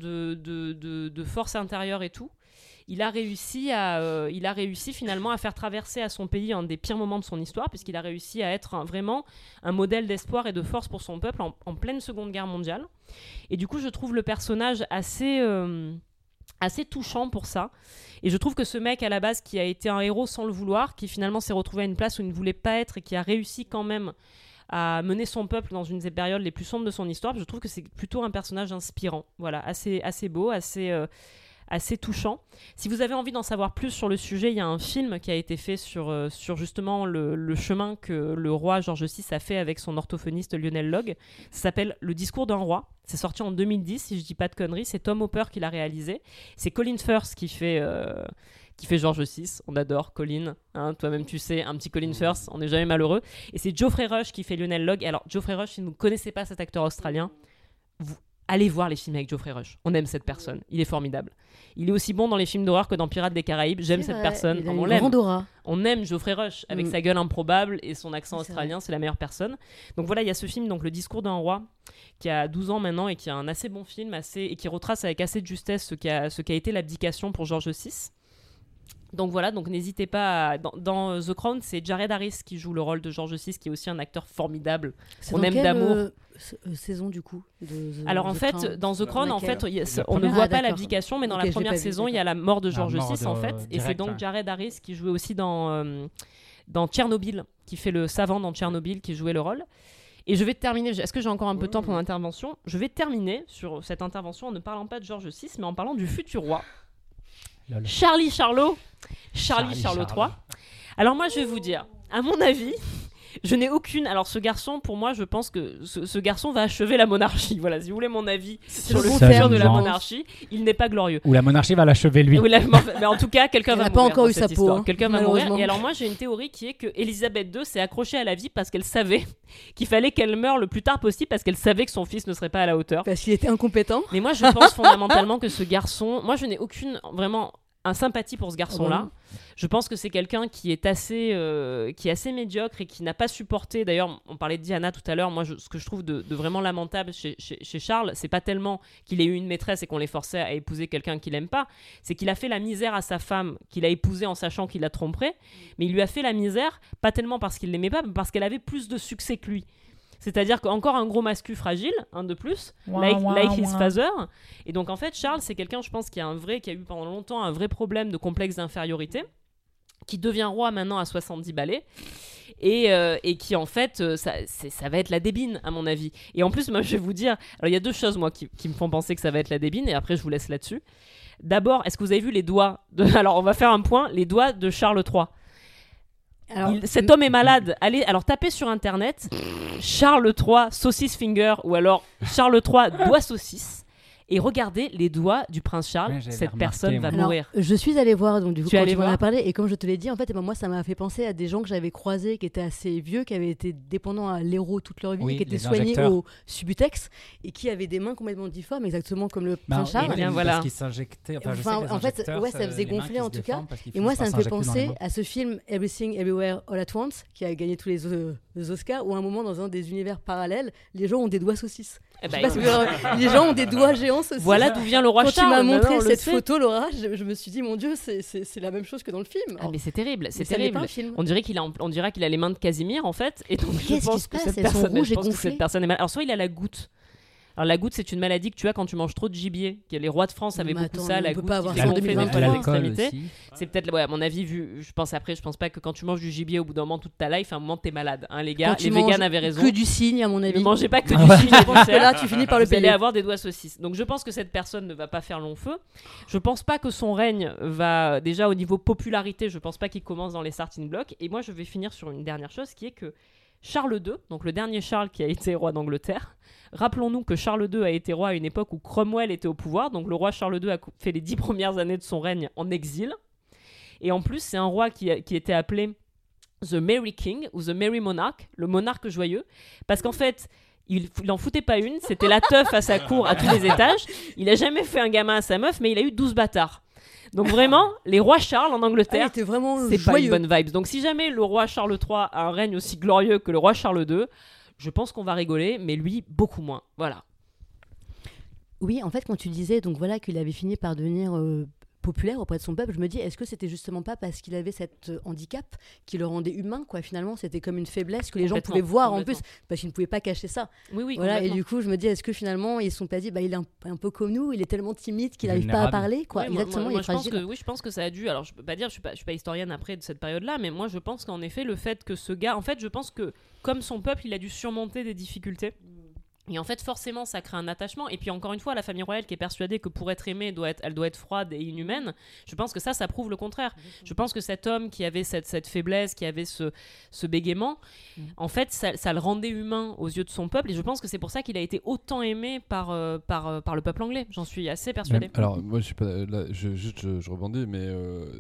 de force intérieure et tout, il a réussi finalement à faire traverser à son pays un des pires moments de son histoire, puisqu'il a réussi à être vraiment un modèle d'espoir et de force pour son peuple en pleine Seconde Guerre mondiale. Et du coup, je trouve le personnage assez touchant pour ça. Et je trouve que ce mec, à la base, qui a été un héros sans le vouloir, qui finalement s'est retrouvé à une place où il ne voulait pas être et qui a réussi quand même à mener son peuple dans une des périodes les plus sombres de son histoire, je trouve que c'est plutôt un personnage inspirant. Voilà, assez beau, assez touchant. Si vous avez envie d'en savoir plus sur le sujet, il y a un film qui a été fait sur justement le chemin que le roi George VI a fait avec son orthophoniste Lionel Logg. Ça s'appelle Le discours d'un roi. C'est sorti en 2010, si je dis pas de conneries. C'est Tom Hopper qui l'a réalisé. C'est Colin Firth qui fait George VI. On adore Colin. Hein, toi-même, tu sais, un petit Colin Firth, on n'est jamais malheureux. Et c'est Geoffrey Rush qui fait Lionel Logg. Alors, Geoffrey Rush, si vous ne connaissez pas cet acteur australien, allez voir les films avec Geoffrey Rush. On aime cette personne. Il est formidable. Il est aussi bon dans les films d'horreur que dans Pirates des Caraïbes. J'aime cette personne. On l'aime. On aime Geoffrey Rush avec sa gueule improbable et son accent australien. C'est la meilleure personne. Donc voilà, il y a ce film, donc Le discours d'un roi, qui a 12 ans maintenant et qui est un assez bon film et qui retrace avec assez de justesse ce qu'a été l'abdication pour George VI. Donc voilà, donc n'hésitez pas. Dans The Crown, c'est Jared Harris qui joue le rôle de George VI, qui est aussi un acteur formidable. On aime d'amour. Saison du coup Alors en fait, dans The Crown, en fait, on ne voit pas l'abdication, mais dans la première saison, il y a la mort de George VI en fait, et c'est donc Jared Harris qui jouait aussi dans Tchernobyl, qui fait le savant dans Tchernobyl, qui jouait le rôle. Et je vais terminer. Est-ce que j'ai encore un peu de temps pour mon intervention ? Je vais terminer sur cette intervention en ne parlant pas de George VI, mais en parlant du futur roi. Charlie Charlot III. Alors moi, je vais vous dire, à mon avis, je n'ai aucune... Alors ce garçon, pour moi, je pense que ce garçon va achever la monarchie. Voilà, si vous voulez mon avis sur le futur de la monarchie, il n'est pas glorieux. Ou la monarchie va l'achever lui. Mais en tout cas, quelqu'un va mourir. Il n'a pas encore eu sa peau. Quelqu'un va mourir. Et alors moi, j'ai une théorie qui est que Elisabeth II s'est accrochée à la vie parce qu'elle savait qu'il fallait qu'elle meure le plus tard possible, parce qu'elle savait que son fils ne serait pas à la hauteur. Parce qu'il était incompétent. Mais moi, je pense fondamentalement que ce garçon... Moi, je n'ai aucune... Vraiment... sympathie pour ce garçon-là. Je pense que c'est quelqu'un qui est assez médiocre et qui n'a pas supporté. D'ailleurs, on parlait de Diana tout à l'heure. Moi, ce que je trouve de vraiment lamentable chez Charles, c'est pas tellement qu'il ait eu une maîtresse et qu'on l'ait forcé à épouser quelqu'un qu'il aime pas. C'est qu'il a fait la misère à sa femme, qu'il a épousée en sachant qu'il la tromperait. Mais il lui a fait la misère, pas tellement parce qu'il l'aimait pas, mais parce qu'elle avait plus de succès que lui. C'est-à-dire qu'encore un gros mascu fragile, un de plus, like his father. Et donc en fait, Charles, c'est quelqu'un, je pense, qui a eu pendant longtemps un vrai problème de complexe d'infériorité, qui devient roi maintenant à 70 balais, et qui en fait, ça va être la débine, à mon avis. Et en plus, moi, je vais vous dire, alors il y a deux choses, moi, qui me font penser que ça va être la débine, et après, je vous laisse là-dessus. D'abord, est-ce que vous avez vu les doigts Alors, on va faire un point, les doigts de Charles III. Alors, cet homme est malade. Allez, alors tapez sur internet Charles III saucisse finger ou alors Charles III doigt saucisse et regardez les doigts du prince Charles. Ouais, cette personne va mourir. Je suis allée voir, donc du coup, quand tu m'en as parlé, et comme je te l'ai dit, en fait, moi, ça m'a fait penser à des gens que j'avais croisés qui étaient assez vieux, qui avaient été dépendants à l'héros toute leur vie, qui étaient soignés au Subutex et qui avaient des mains complètement difformes, exactement comme le prince Charles. Bien, voilà. Parce qu'ils s'injectaient. En fait, ouais, ça faisait gonfler en tout cas. Et moi, ça me fait penser à ce film Everything Everywhere All at Once, qui a gagné tous les Oscars, où à un moment, dans un des univers parallèles, les gens ont des doigts saucisses. Parce que les gens ont des doigts géants saucisses. Voilà d'où vient le roi Quand Charles. Quand tu m'as montré cette photo, Laura, je me suis dit, mon Dieu, c'est la même chose que dans le film. Ah, mais c'est terrible, c'est terrible. On dirait qu'il a les mains de Casimir en fait. Et donc je pense que cette personne est malade. Alors soit il a la goutte. Alors la goutte, c'est une maladie que tu as quand tu manges trop de gibier. Les rois de France avaient beaucoup ça, la goutte qui gonflait dans les extrémités. C'est peut-être, à mon avis, je pense pas que quand tu manges du gibier au bout d'un moment toute ta life, à un moment t'es malade. Les gars, les véganes avaient raison. Que du cygne, à mon avis. Ne mangez pas que du cygne. Là, tu finis par le payer. Vous allez avoir des doigts saucisses. Donc je pense que cette personne ne va pas faire long feu. Je pense pas que son règne va, déjà au niveau popularité, je pense pas qu'il commence dans les starting blocks. Et moi, je vais finir sur une dernière chose qui est que Charles II, donc le dernier Charles qui a été roi d'Angleterre. Rappelons-nous que Charles II a été roi à une époque où Cromwell était au pouvoir, donc le roi Charles II a fait les 10 premières années de son règne en exil. Et en plus, c'est un roi qui était appelé The Merry King ou The Merry Monarch, le monarque joyeux, parce qu'en fait, il n'en foutait pas une, c'était la teuf à sa cour à tous les étages. Il a jamais fait un gamin à sa meuf, mais il a eu 12 bâtards. Donc vraiment, les rois Charles en Angleterre, c'est pas une bonne vibe. Donc si jamais le roi Charles III a un règne aussi glorieux que le roi Charles II, je pense qu'on va rigoler, mais lui, beaucoup moins. Voilà. Oui, en fait, quand tu disais donc voilà, qu'il avait fini par devenir populaire auprès de son peuple, je me dis, est-ce que c'était justement pas parce qu'il avait cet handicap qui le rendait humain, quoi. Finalement, c'était comme une faiblesse que les gens pouvaient voir en plus, parce qu'ils ne pouvaient pas cacher ça. Oui, voilà. Et du coup, je me dis, est-ce que finalement, ils ne se sont pas dit, il est un peu comme nous, il est tellement timide qu'il n'arrive pas à parler, quoi. Ouais, exactement, il est fragile. Je pense que ça a dû. Alors, je peux pas dire, je suis pas historienne après de cette période-là, mais moi, je pense qu'en effet, le fait que ce gars, en fait, je pense que comme son peuple, il a dû surmonter des difficultés. Et en fait, forcément, ça crée un attachement. Et puis, encore une fois, la famille royale qui est persuadée que pour être aimée, elle doit être froide et inhumaine, je pense que ça prouve le contraire. Je pense que cet homme qui avait cette faiblesse, qui avait ce bégaiement, en fait, ça le rendait humain aux yeux de son peuple. Et je pense que c'est pour ça qu'il a été autant aimé par le peuple anglais. J'en suis assez persuadée. Alors, moi, je suis pas là, je rebondis, mais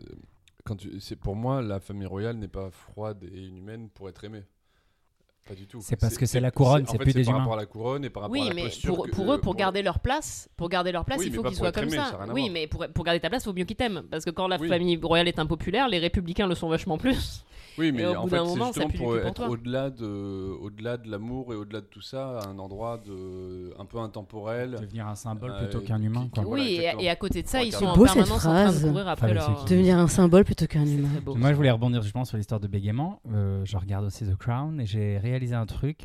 pour moi, la famille royale n'est pas froide et inhumaine pour être aimée. Pas du tout. C'est parce que c'est la couronne, c'est plus des humains. Par rapport à la couronne et par rapport à la posture. Oui, mais pour eux, pour garder leur place, il faut qu'ils soient comme ça. Oui, mais pour garder ta place, il faut mieux qu'ils t'aiment. Parce que quand la famille royale est impopulaire, les républicains le sont vachement plus. Oui, mais au en bout fait, d'un c'est moment, ça justement pue du pour cul pour être toi. au-delà de l'amour et au-delà de tout ça, un endroit un peu intemporel. Devenir un symbole plutôt qu'un humain, quoi. Voilà, Oui, exactement. et à côté de ça, Pour ils être sont un en beau, cette permanence en train phrase. de courir après Enfin, leur. c'est- Devenir un symbole plutôt qu'un C'est humain. très beau. Moi, je voulais rebondir justement sur l'histoire de bégaiement. Je regarde aussi The Crown et j'ai réalisé un truc.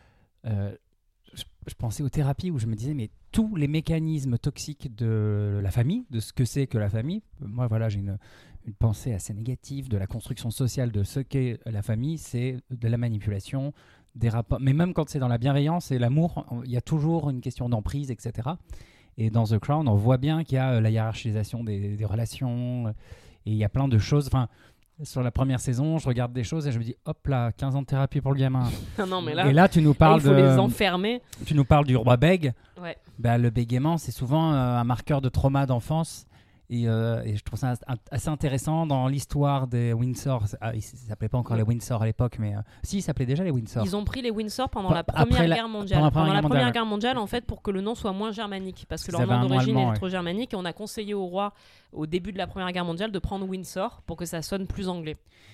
Je pensais aux thérapies où je me disais, mais tous les mécanismes toxiques de la famille, de ce que c'est que la famille, moi, voilà, j'ai une pensée assez négative de la construction sociale de ce qu'est la famille, c'est de la manipulation, des rapports. Mais même quand c'est dans la bienveillance et l'amour, il y a toujours une question d'emprise, etc. Et dans The Crown, on voit bien qu'il y a la hiérarchisation des relations et il y a plein de choses. Enfin, sur la première saison, je regarde des choses et je me dis, hop là, 15 ans de thérapie pour le gamin. Non, mais là, Et là, tu nous parles il faut les enfermer. tu nous parles du roi bègue. Ouais. Bah, le bégaiement, c'est souvent un marqueur de trauma d'enfance. Et je trouve ça assez intéressant dans l'histoire des Windsor. Ils ne s'appelaient pas encore les Windsor à l'époque, mais si, ils s'appelaient déjà les Windsor. Ils ont pris les Windsor pendant la Après Première la- Guerre mondiale. pendant la Pendant la Première Première Guerre Guerre mondiale, en fait, pour que le nom soit moins germanique. Parce que Ils leur avaient nom un nom d'origine allemand, est trop germanique. Et on a conseillé au roi, au début de la Première Guerre mondiale, de prendre Windsor pour que ça sonne plus anglais.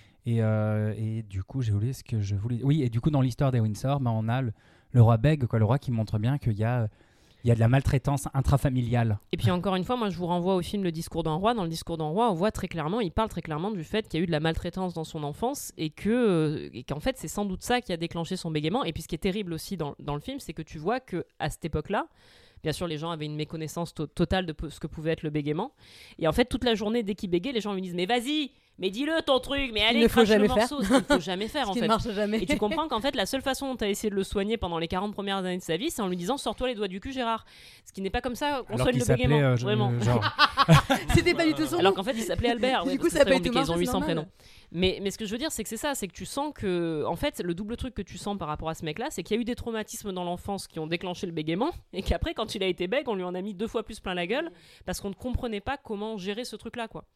Et du coup, j'ai oublié ce que je voulais. Oui, et du coup, dans l'histoire des Windsor, bah, on a le roi bègue, le roi qui montre bien qu'il y a de la maltraitance intrafamiliale. Et puis encore une fois, moi je vous renvoie au film Le discours d'un roi. Dans le discours d'un roi, on voit très clairement, il parle très clairement du fait qu'il y a eu de la maltraitance dans son enfance et qu'en fait c'est sans doute ça qui a déclenché son bégaiement. Et puis ce qui est terrible aussi dans le film, c'est que tu vois qu'à cette époque-là, bien sûr les gens avaient une méconnaissance totale de ce que pouvait être le bégaiement. Et en fait toute la journée, dès qu'il bégait, les gens lui disent « Mais vas-y, mais dis-le ton truc, mais allez, ne faut crache le jamais morceau !» Ce qu'il ne faut jamais faire Ce en qui fait. ne marche jamais. Et tu comprends qu'en fait, la seule façon dont tu as essayé de le soigner pendant les 40 premières années de sa vie, c'est en lui disant sors-toi les doigts du cul, Gérard. Ce qui n'est pas comme ça qu'on Alors soigne qu'il le bégaiement. s'appelait Vraiment. C'était pas du tout son Alors nom. qu'en fait, il s'appelait Albert. Du Ouais, coup, c'est ça très peut être compliqué, ils ont marrant, 800 c'est normal. prénoms. Mais ce que je veux dire, c'est que c'est ça, c'est que tu sens que, en fait, le double truc que tu sens par rapport à ce mec-là, c'est qu'il y a eu des traumatismes dans l'enfance qui ont déclenché le bégaiement, et qu'après, quand il a été bègue, on lui en a mis 2 fois plus plein la gueule, parce qu'on ne comprenait pas comment gérer ce truc-là, quoi.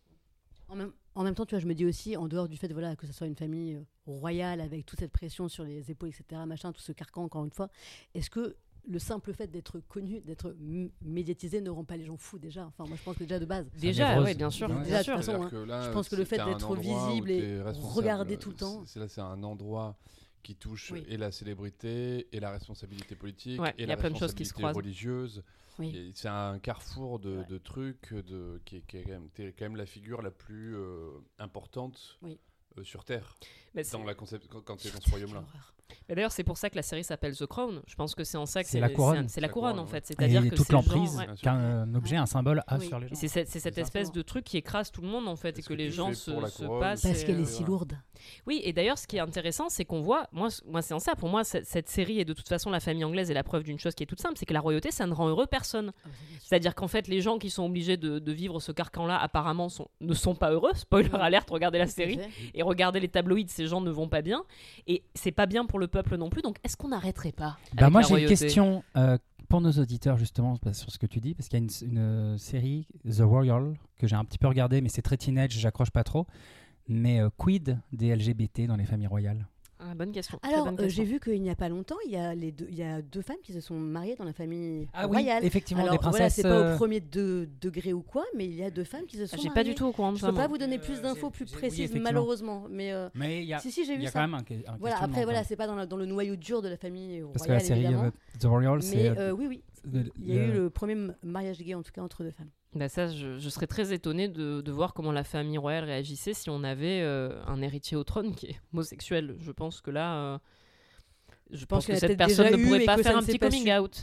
En même temps, tu vois, je me dis aussi, en dehors du fait voilà, que ce soit une famille royale avec toute cette pression sur les épaules, etc., machin, tout ce carcan, encore une fois, est-ce que le simple fait d'être connu, d'être médiatisé ne rend pas les gens fous déjà? Enfin, moi, je pense que déjà de base. Déjà, névrose. ouais, bien sûr. Ouais. Déjà, de Bien toute sûr. façon, C'est-à-dire que là, je pense que le fait c'est un d'être endroit où visible et t'es responsable. regardé tout le temps. C'est un endroit qui touche Oui. et la célébrité et la responsabilité politique Ouais, et il y la a plein de choses qui se responsabilité croisent. religieuse. Oui. Et c'est un carrefour de Ouais. trucs qui est t'es quand même la figure la plus importante Oui. sur Terre Mais c'est- dans la concept quand tu es dans ce royaume-là. Mais d'ailleurs, c'est pour ça que la série s'appelle The Crown. Je pense que c'est en ça que C'est la couronne. C'est la La couronne, couronne, en ouais. fait. C'est-à-dire Et que toute ces gens, l'emprise ouais. Bien sûr. qu'un objet, un symbole a Oui. sur les Et gens. c'est cette ça. espèce de truc qui écrase tout le monde, en fait, et Est-ce que que les tu gens fais pour la se couronne passent. Parce et, qu'elle est euh, si voilà. lourde. Oui, et d'ailleurs, ce qui est intéressant, c'est qu'on voit, moi c'est en ça, pour moi, cette série, et de toute façon, la famille anglaise est la preuve d'une chose qui est toute simple, c'est que la royauté, ça ne rend heureux personne. C'est-à-dire qu'en fait, les gens qui sont obligés de vivre ce carcan-là, apparemment, ne sont pas heureux. Spoiler alerte, regardez la série. Et regardez les tabloïds, ces gens ne vont pas bien. Et c'est pas bien pour le peuple non plus. Donc, est-ce qu'on n'arrêterait pas Bah avec moi la j'ai une royauté question pour nos auditeurs justement sur ce que tu dis, parce qu'il y a une série The Royal que j'ai un petit peu regardé, mais c'est très teenage, j'accroche pas trop. Mais quid des LGBT dans les familles royales? Ah, bonne question. Très Alors, bonne question. j'ai vu qu'il n'y a pas longtemps, il y a 2 femmes qui se sont mariées dans la famille Ah oui, royale. effectivement, Alors, des voilà, princesses. c'est pas au premier degré ou quoi, mais il y a 2 femmes qui se sont J'ai mariées. pas du tout au courant de Je ça. peux moi. pas vous donner plus d'infos plus oui, précises, effectivement. malheureusement. Mais Mais il y a, si, j'ai il vu y a ça. quand même un Voilà, questionnement, après, voilà, quoi. c'est pas dans le noyau dur de la famille Parce que la royale, série évidemment. The Royal, c'est Mais oui, il y a eu le premier mariage gay, en tout cas, entre 2 femmes. Bah ça, je serais très étonnée de voir comment la famille royale réagissait si on avait un héritier au trône qui est homosexuel. Je pense que là, je pense que qu'il y en a cette peut-être personne déjà ne eu pourrait et pas que faire ça un ne petit s'est pas coming su. out.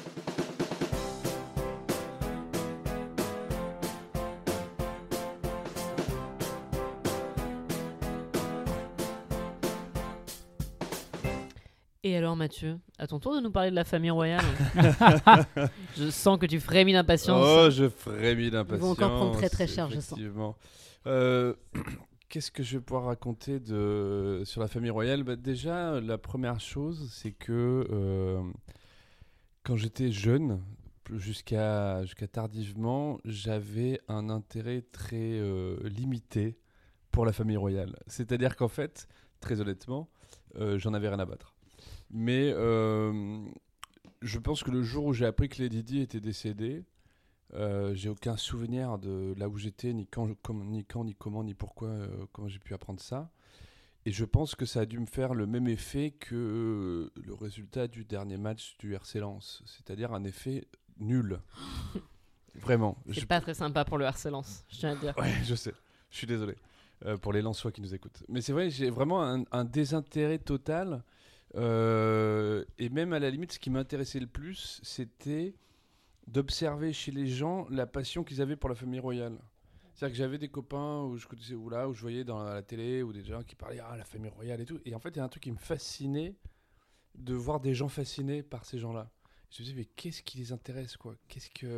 Et alors Mathieu, à ton tour de nous parler de la famille royale. Je sens que tu frémis d'impatience. Oh, je frémis d'impatience. Ils vont encore prendre très, très cher, je sens. effectivement. Qu'est-ce que je vais pouvoir raconter sur la famille royale? Déjà, la première chose, c'est que quand j'étais jeune, jusqu'à tardivement, j'avais un intérêt très limité pour la famille royale. C'est-à-dire qu'en fait, très honnêtement, j'en avais rien à battre. Mais je pense que le jour où j'ai appris que Lady Di était décédée, J'ai aucun souvenir de là où j'étais, ni quand, ni comment, ni pourquoi, comment j'ai pu apprendre ça. Et je pense que ça a dû me faire le même effet que le résultat du dernier match du RC Lens, c'est-à-dire un effet nul. Vraiment. C'est pas très sympa pour le RC Lens, je tiens à le dire. Ouais, je sais. Je suis désolé pour les Lensois qui nous écoutent. Mais c'est vrai, j'ai vraiment un désintérêt total. Et même à la limite, ce qui m'intéressait le plus, c'était d'observer chez les gens la passion qu'ils avaient pour la famille royale. C'est-à-dire que j'avais des copains où je connaissais, où je voyais dans la télé ou des gens qui parlaient la famille royale et tout. Et en fait, il y a un truc qui me fascinait de voir des gens fascinés par ces gens-là. Je me disais, mais qu'est-ce qui les intéresse, quoi ? Pourquoi ?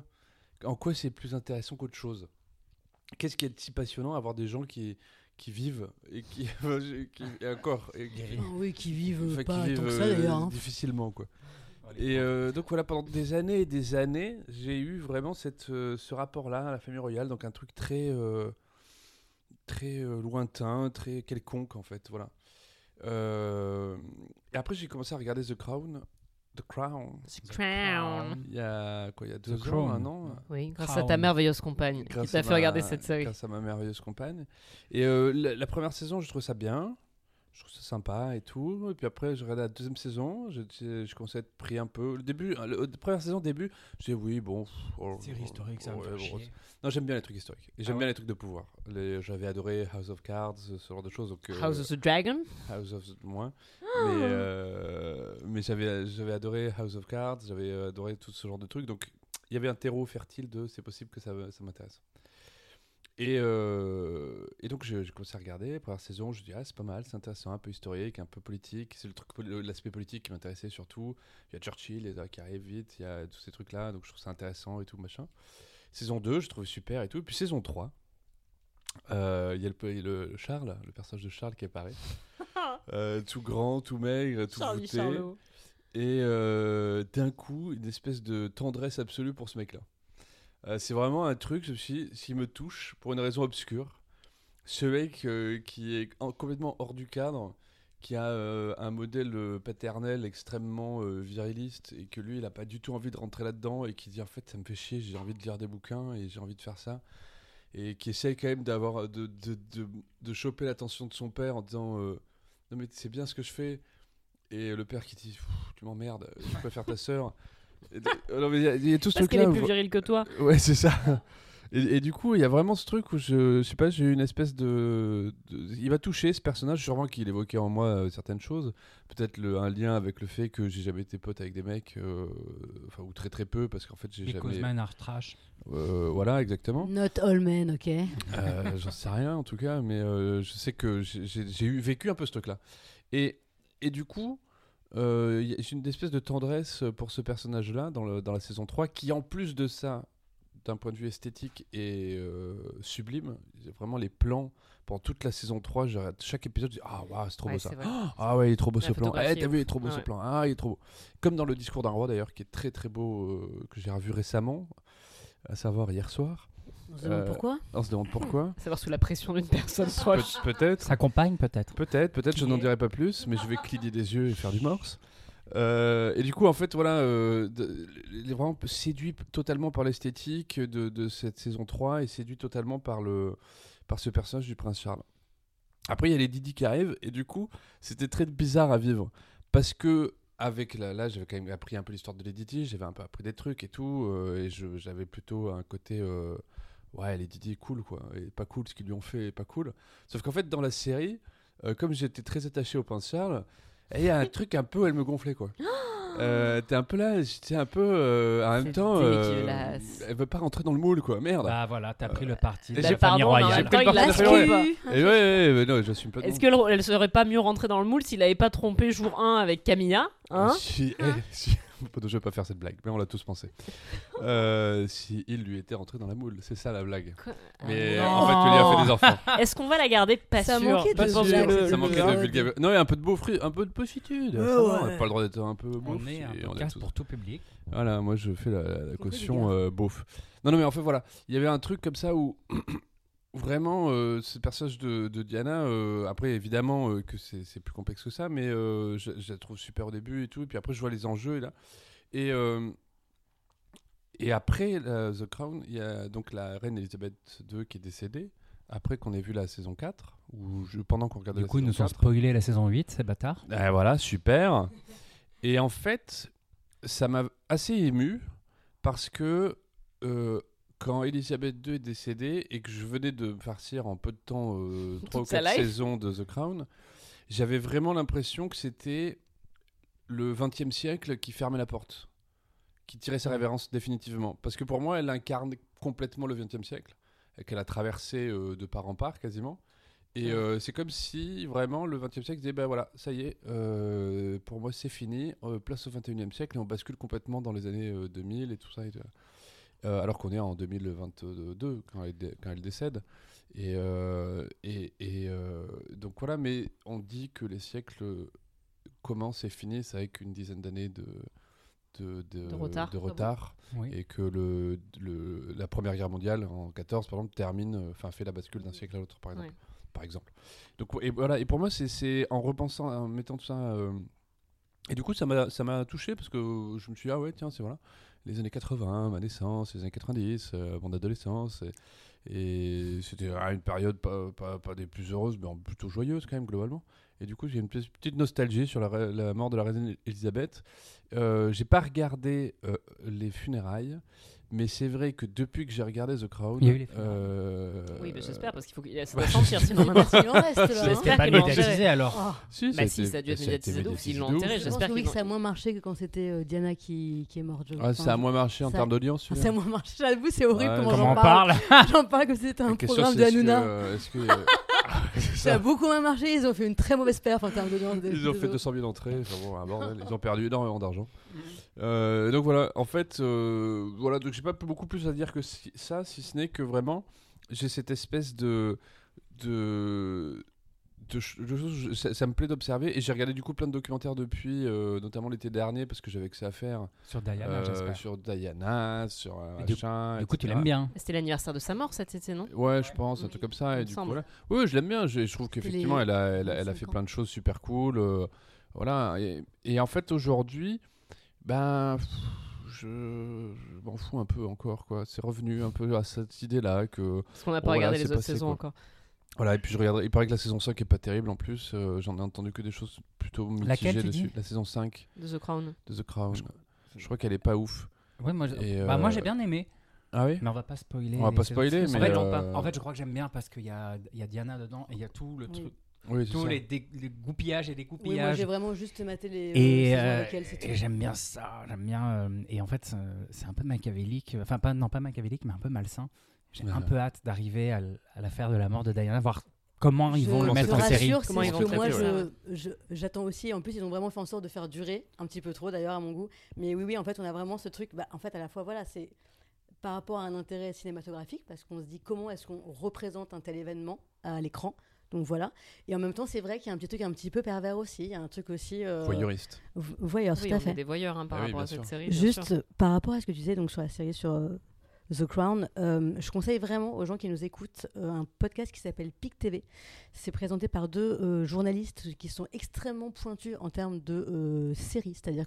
En quoi c'est plus intéressant qu'autre chose ? Qu'est-ce qui est si passionnant à voir des gens qui vivent et qui et encore et qui, oui, qui vivent enfin, pas qui tant vivent que ça d'ailleurs. difficilement, quoi. Et donc voilà, pendant des années et des années, j'ai eu vraiment ce rapport-là à la famille royale, donc un truc très lointain, très quelconque en fait, voilà. Et après j'ai commencé à regarder The Crown. Il y a 2 ans, 1 an. Oui, grâce à ta merveilleuse compagne qui t'a fait regarder cette série. Grâce à ma merveilleuse compagne. Et la première saison, je trouve ça bien. Je trouve ça sympa et tout. Et puis après, je regardais la deuxième saison. Je commençais à être pris un peu. La première saison, je disais oui, bon. Série historique, ça me fait chier. Non, j'aime bien les trucs historiques. Et j'aime bien les trucs de pouvoir. J'avais adoré House of Cards, ce genre de choses. Donc, House of the Dragon. House of the... moins. Mais j'avais adoré House of Cards. J'avais adoré tout ce genre de trucs. Donc, il y avait un terreau fertile c'est possible que ça m'intéresse. Et donc j'ai commencé à regarder. La première saison, je dis c'est pas mal, c'est intéressant, un peu historique, un peu politique. C'est l'aspect politique qui m'intéressait surtout. Il y a Churchill qui arrive vite, il y a tous ces trucs-là, donc je trouve ça intéressant et tout, machin. Saison 2, je trouve super et tout. Puis saison 3, il y a le Charles, le personnage de Charles qui apparaît. Tout grand, tout maigre, tout voûté. Charlot. Et d'un coup, une espèce de tendresse absolue pour ce mec-là. C'est vraiment un truc, je me suis dit, s'il me touche pour une raison obscure, ce mec qui est complètement hors du cadre, qui a un modèle paternel extrêmement viriliste et que lui, il n'a pas du tout envie de rentrer là-dedans et qui dit en fait, ça me fait chier, j'ai envie de lire des bouquins et j'ai envie de faire ça. Et qui essaye quand même de choper l'attention de son père en disant non mais c'est bien ce que je fais. Et le père qui dit tu m'emmerdes, je préfère ta sœur. Non, mais il y a tout ce Parce truc-là. qu'elle est plus virile que toi. Ouais, c'est ça. Et du coup, il y a vraiment ce truc où je sais pas, j'ai eu une espèce il m'a touché ce personnage, sûrement qu'il évoquait en moi certaines choses. Peut-être un lien avec le fait que j'ai jamais été pote avec des mecs, enfin, ou très très peu, parce qu'en fait, j'ai jamais. Because men are trash. Voilà, exactement. Not all men, ok. J'en sais rien en tout cas, mais je sais que j'ai vécu un peu ce truc-là. Et du coup. J'ai une espèce de tendresse pour ce personnage-là dans la saison 3 qui, en plus de ça, d'un point de vue esthétique, est sublime. Vraiment, les plans pendant toute la saison 3, chaque épisode, je dis ah, waouh, c'est trop beau ça. Ah ouais, il est trop beau ce plan. T'as vu, il est trop beau ce plan. Ah, il est trop beau. Comme dans Le Discours d'un roi d'ailleurs, qui est très très beau, que j'ai revu récemment, à savoir hier soir. On se demande pourquoi. On se demande pourquoi. Savoir sous la pression d'une personne proche. Peut-être. Sa compagne, peut-être. Peut-être, je n'en dirai pas plus, mais je vais cligner des yeux et faire du morse. Et du coup, en fait, voilà, il est vraiment séduit totalement par l'esthétique de cette saison 3 et séduit totalement par ce personnage du prince Charles. Après, il y a les Didi qui arrivent, et du coup, c'était très bizarre à vivre. Parce que, là, j'avais quand même appris un peu l'histoire de Lady Di, j'avais un peu appris des trucs et tout, et j'avais plutôt un côté. Ouais, Lady Di est cool, quoi. Et pas cool, ce qu'ils lui ont fait est pas cool. Sauf qu'en fait, dans la série, comme j'étais très attaché au prince Charles, il y a un truc un peu, elle me gonflait, quoi. T'es un peu là, j'étais un peu. En même temps, elle veut pas rentrer dans le moule, quoi. Merde. Bah voilà, t'as pris le parti de j'ai la famille royale. j'ai pris le parti de la famille royale. Et ouais, non, j'assume pas. Est-ce qu'elle serait pas mieux rentrée dans le moule s'il avait pas trompé jour 1 avec Camilla, hein? Si. Je vais pas faire cette blague, mais on l'a tous pensé. Si il lui était rentré dans la moule, c'est ça la blague. Mais en fait, tu lui as fait des enfants. Est-ce qu'on va la garder? Pas Ça sûr. manquait de Ça manquait de vulgaire. Non, il y a un peu de un peu de possitude. On n'a pas le droit d'être un peu beauf. On est un podcast pour tout public. Voilà, moi je fais la caution beauf. Non, mais en fait, voilà. Il y avait un truc comme ça où. Vraiment, ce personnage de Diana, après évidemment que c'est plus complexe que ça, mais je la trouve super au début et tout, et puis après je vois les enjeux et là. Et après The Crown, il y a donc la reine Elisabeth II qui est décédée, après qu'on ait vu la saison 4, pendant qu'on regardait Du la coup, ils saison nous ont 4. spoilé la saison 8, ces bâtards. Voilà, super. Et en fait, ça m'a assez ému, parce que quand Elisabeth II est décédée, et que je venais de farcir en peu de temps 3 ou 4 saisons de The Crown, j'avais vraiment l'impression que c'était le XXe siècle qui fermait la porte, qui tirait sa révérence définitivement. Parce que pour moi, elle incarne complètement le XXe siècle, et qu'elle a traversé de part en part quasiment. Et c'est comme si vraiment le XXe siècle disait, ben voilà, ça y est, pour moi c'est fini, place au XXIe siècle, et on bascule complètement dans les années 2000 et tout ça. Alors qu'on est en 2022 quand elle décède. Et donc voilà, mais on dit que les siècles commencent et finissent avec une dizaine d'années de retard. Oui. Et que la Première Guerre mondiale en 14 par exemple fait la bascule d'un siècle à l'autre par exemple. Ouais. Par exemple. Donc, et voilà, et pour moi c'est en repensant, en mettant tout ça et du coup ça m'a touché, parce que je me suis dit, ah ouais tiens, c'est voilà les années 80, ma naissance, les années 90, mon adolescence, et c'était une période pas des plus heureuses, mais plutôt joyeuse quand même globalement. Et du coup j'ai une petite nostalgie sur la mort de la reine Elisabeth. J'ai pas regardé les funérailles, mais c'est vrai que depuis que j'ai regardé The Crown, il y a eu les funérailles. Oui, mais j'espère, parce qu'il faut qu'il y a ça sentir, sinon Il en reste là. J'espère Pas qu'ils l'ont médiatisé enterré. alors. Oh. si, Bah si, ça a dû être médiatisé de ouf, s'ils l'ont enterré, Je j'espère pense que qu'ils ça a moins marché que quand c'était Diana qui est morte. Ça a moins marché en termes d'audience. Ça a moins marché. J'avoue, c'est horrible Ouais, comment Comment j'en on parle. parle J'en parle comme si c'était un La question, programme c'est de Hanouna. c'est Ça a beaucoup moins marché. Ils ont fait une très mauvaise perf en termes d'audience. Ils ont fait 200 000 entrées, enfin bon, un bordel. Ils ont perdu énormément d'argent. Donc voilà, en fait, voilà, donc j'ai pas beaucoup plus à dire que ça, si ce n'est que vraiment, j'ai cette espèce ça me plaît d'observer, et j'ai regardé du coup plein de documentaires depuis, notamment l'été dernier, parce que j'avais que ça à faire. Sur Diana, j'espère. Sur Diana, sur Du machin. Du coup, tu etc. l'aimes bien. C'était l'anniversaire de sa mort cet été, non? Ouais, je pense, un truc comme ça. Et Il me du coup, semble. voilà. Oui, je l'aime bien. Je trouve qu'effectivement, elle a 25 fait ans. plein de choses super cool. Voilà. Et en fait, aujourd'hui, ben, je m'en fous un peu encore, quoi. C'est revenu un peu à cette idée-là que. Parce qu'on n'a pas Bon, regardé voilà, les c'est autres passé, saisons quoi. encore. Voilà, et puis je regarderai. Il paraît que la saison 5 est pas terrible en plus. J'en ai entendu que des choses plutôt mitigées Laquelle, tu dessus. dis La saison 5 De The Crown. de The Crown. Je crois qu'elle est pas ouf. Ouais, moi, Et, moi j'ai bien aimé, Ah oui? mais on va pas spoiler. On va les pas saisons. spoiler, En mais. fait, non, En fait, je crois que j'aime bien parce qu'il y a Diana dedans et il y a tout le Oui. truc, Oui, c'est tous ça. les goupillages et Oui, moi découpillages. j'ai vraiment juste maté les Et, saisons avec elle, c'est tout. et j'aime bien ça, j'aime bien. Et en fait, c'est un peu machiavélique, enfin pas machiavélique, mais un peu malsain. J'ai Ouais. un peu hâte d'arriver à l'affaire de la mort de Diana, voir comment ils vont Je le mettre te en série. rassure, Comment c'est ils ce vont que moi traiter, j'attends aussi. En plus, ils ont vraiment fait en sorte de faire durer, un petit peu trop d'ailleurs à mon goût. Mais oui, en fait, on a vraiment ce truc. En fait, à la fois, voilà, c'est par rapport à un intérêt cinématographique, parce qu'on se dit comment est-ce qu'on représente un tel événement à l'écran. Donc voilà. Et en même temps, c'est vrai qu'il y a un petit truc un petit peu pervers aussi. Il y a un truc aussi. Voyeuriste. Voyeur, Oui, tout à on est fait. des voyeurs par Ah oui, rapport à bien cette sûr. série. bien Juste sûr. par rapport à ce que tu disais donc sur la série sur The Crown, je conseille vraiment aux gens qui nous écoutent un podcast qui s'appelle PIC TV. C'est présenté par deux journalistes qui sont extrêmement pointus en termes de séries. C'est-à-dire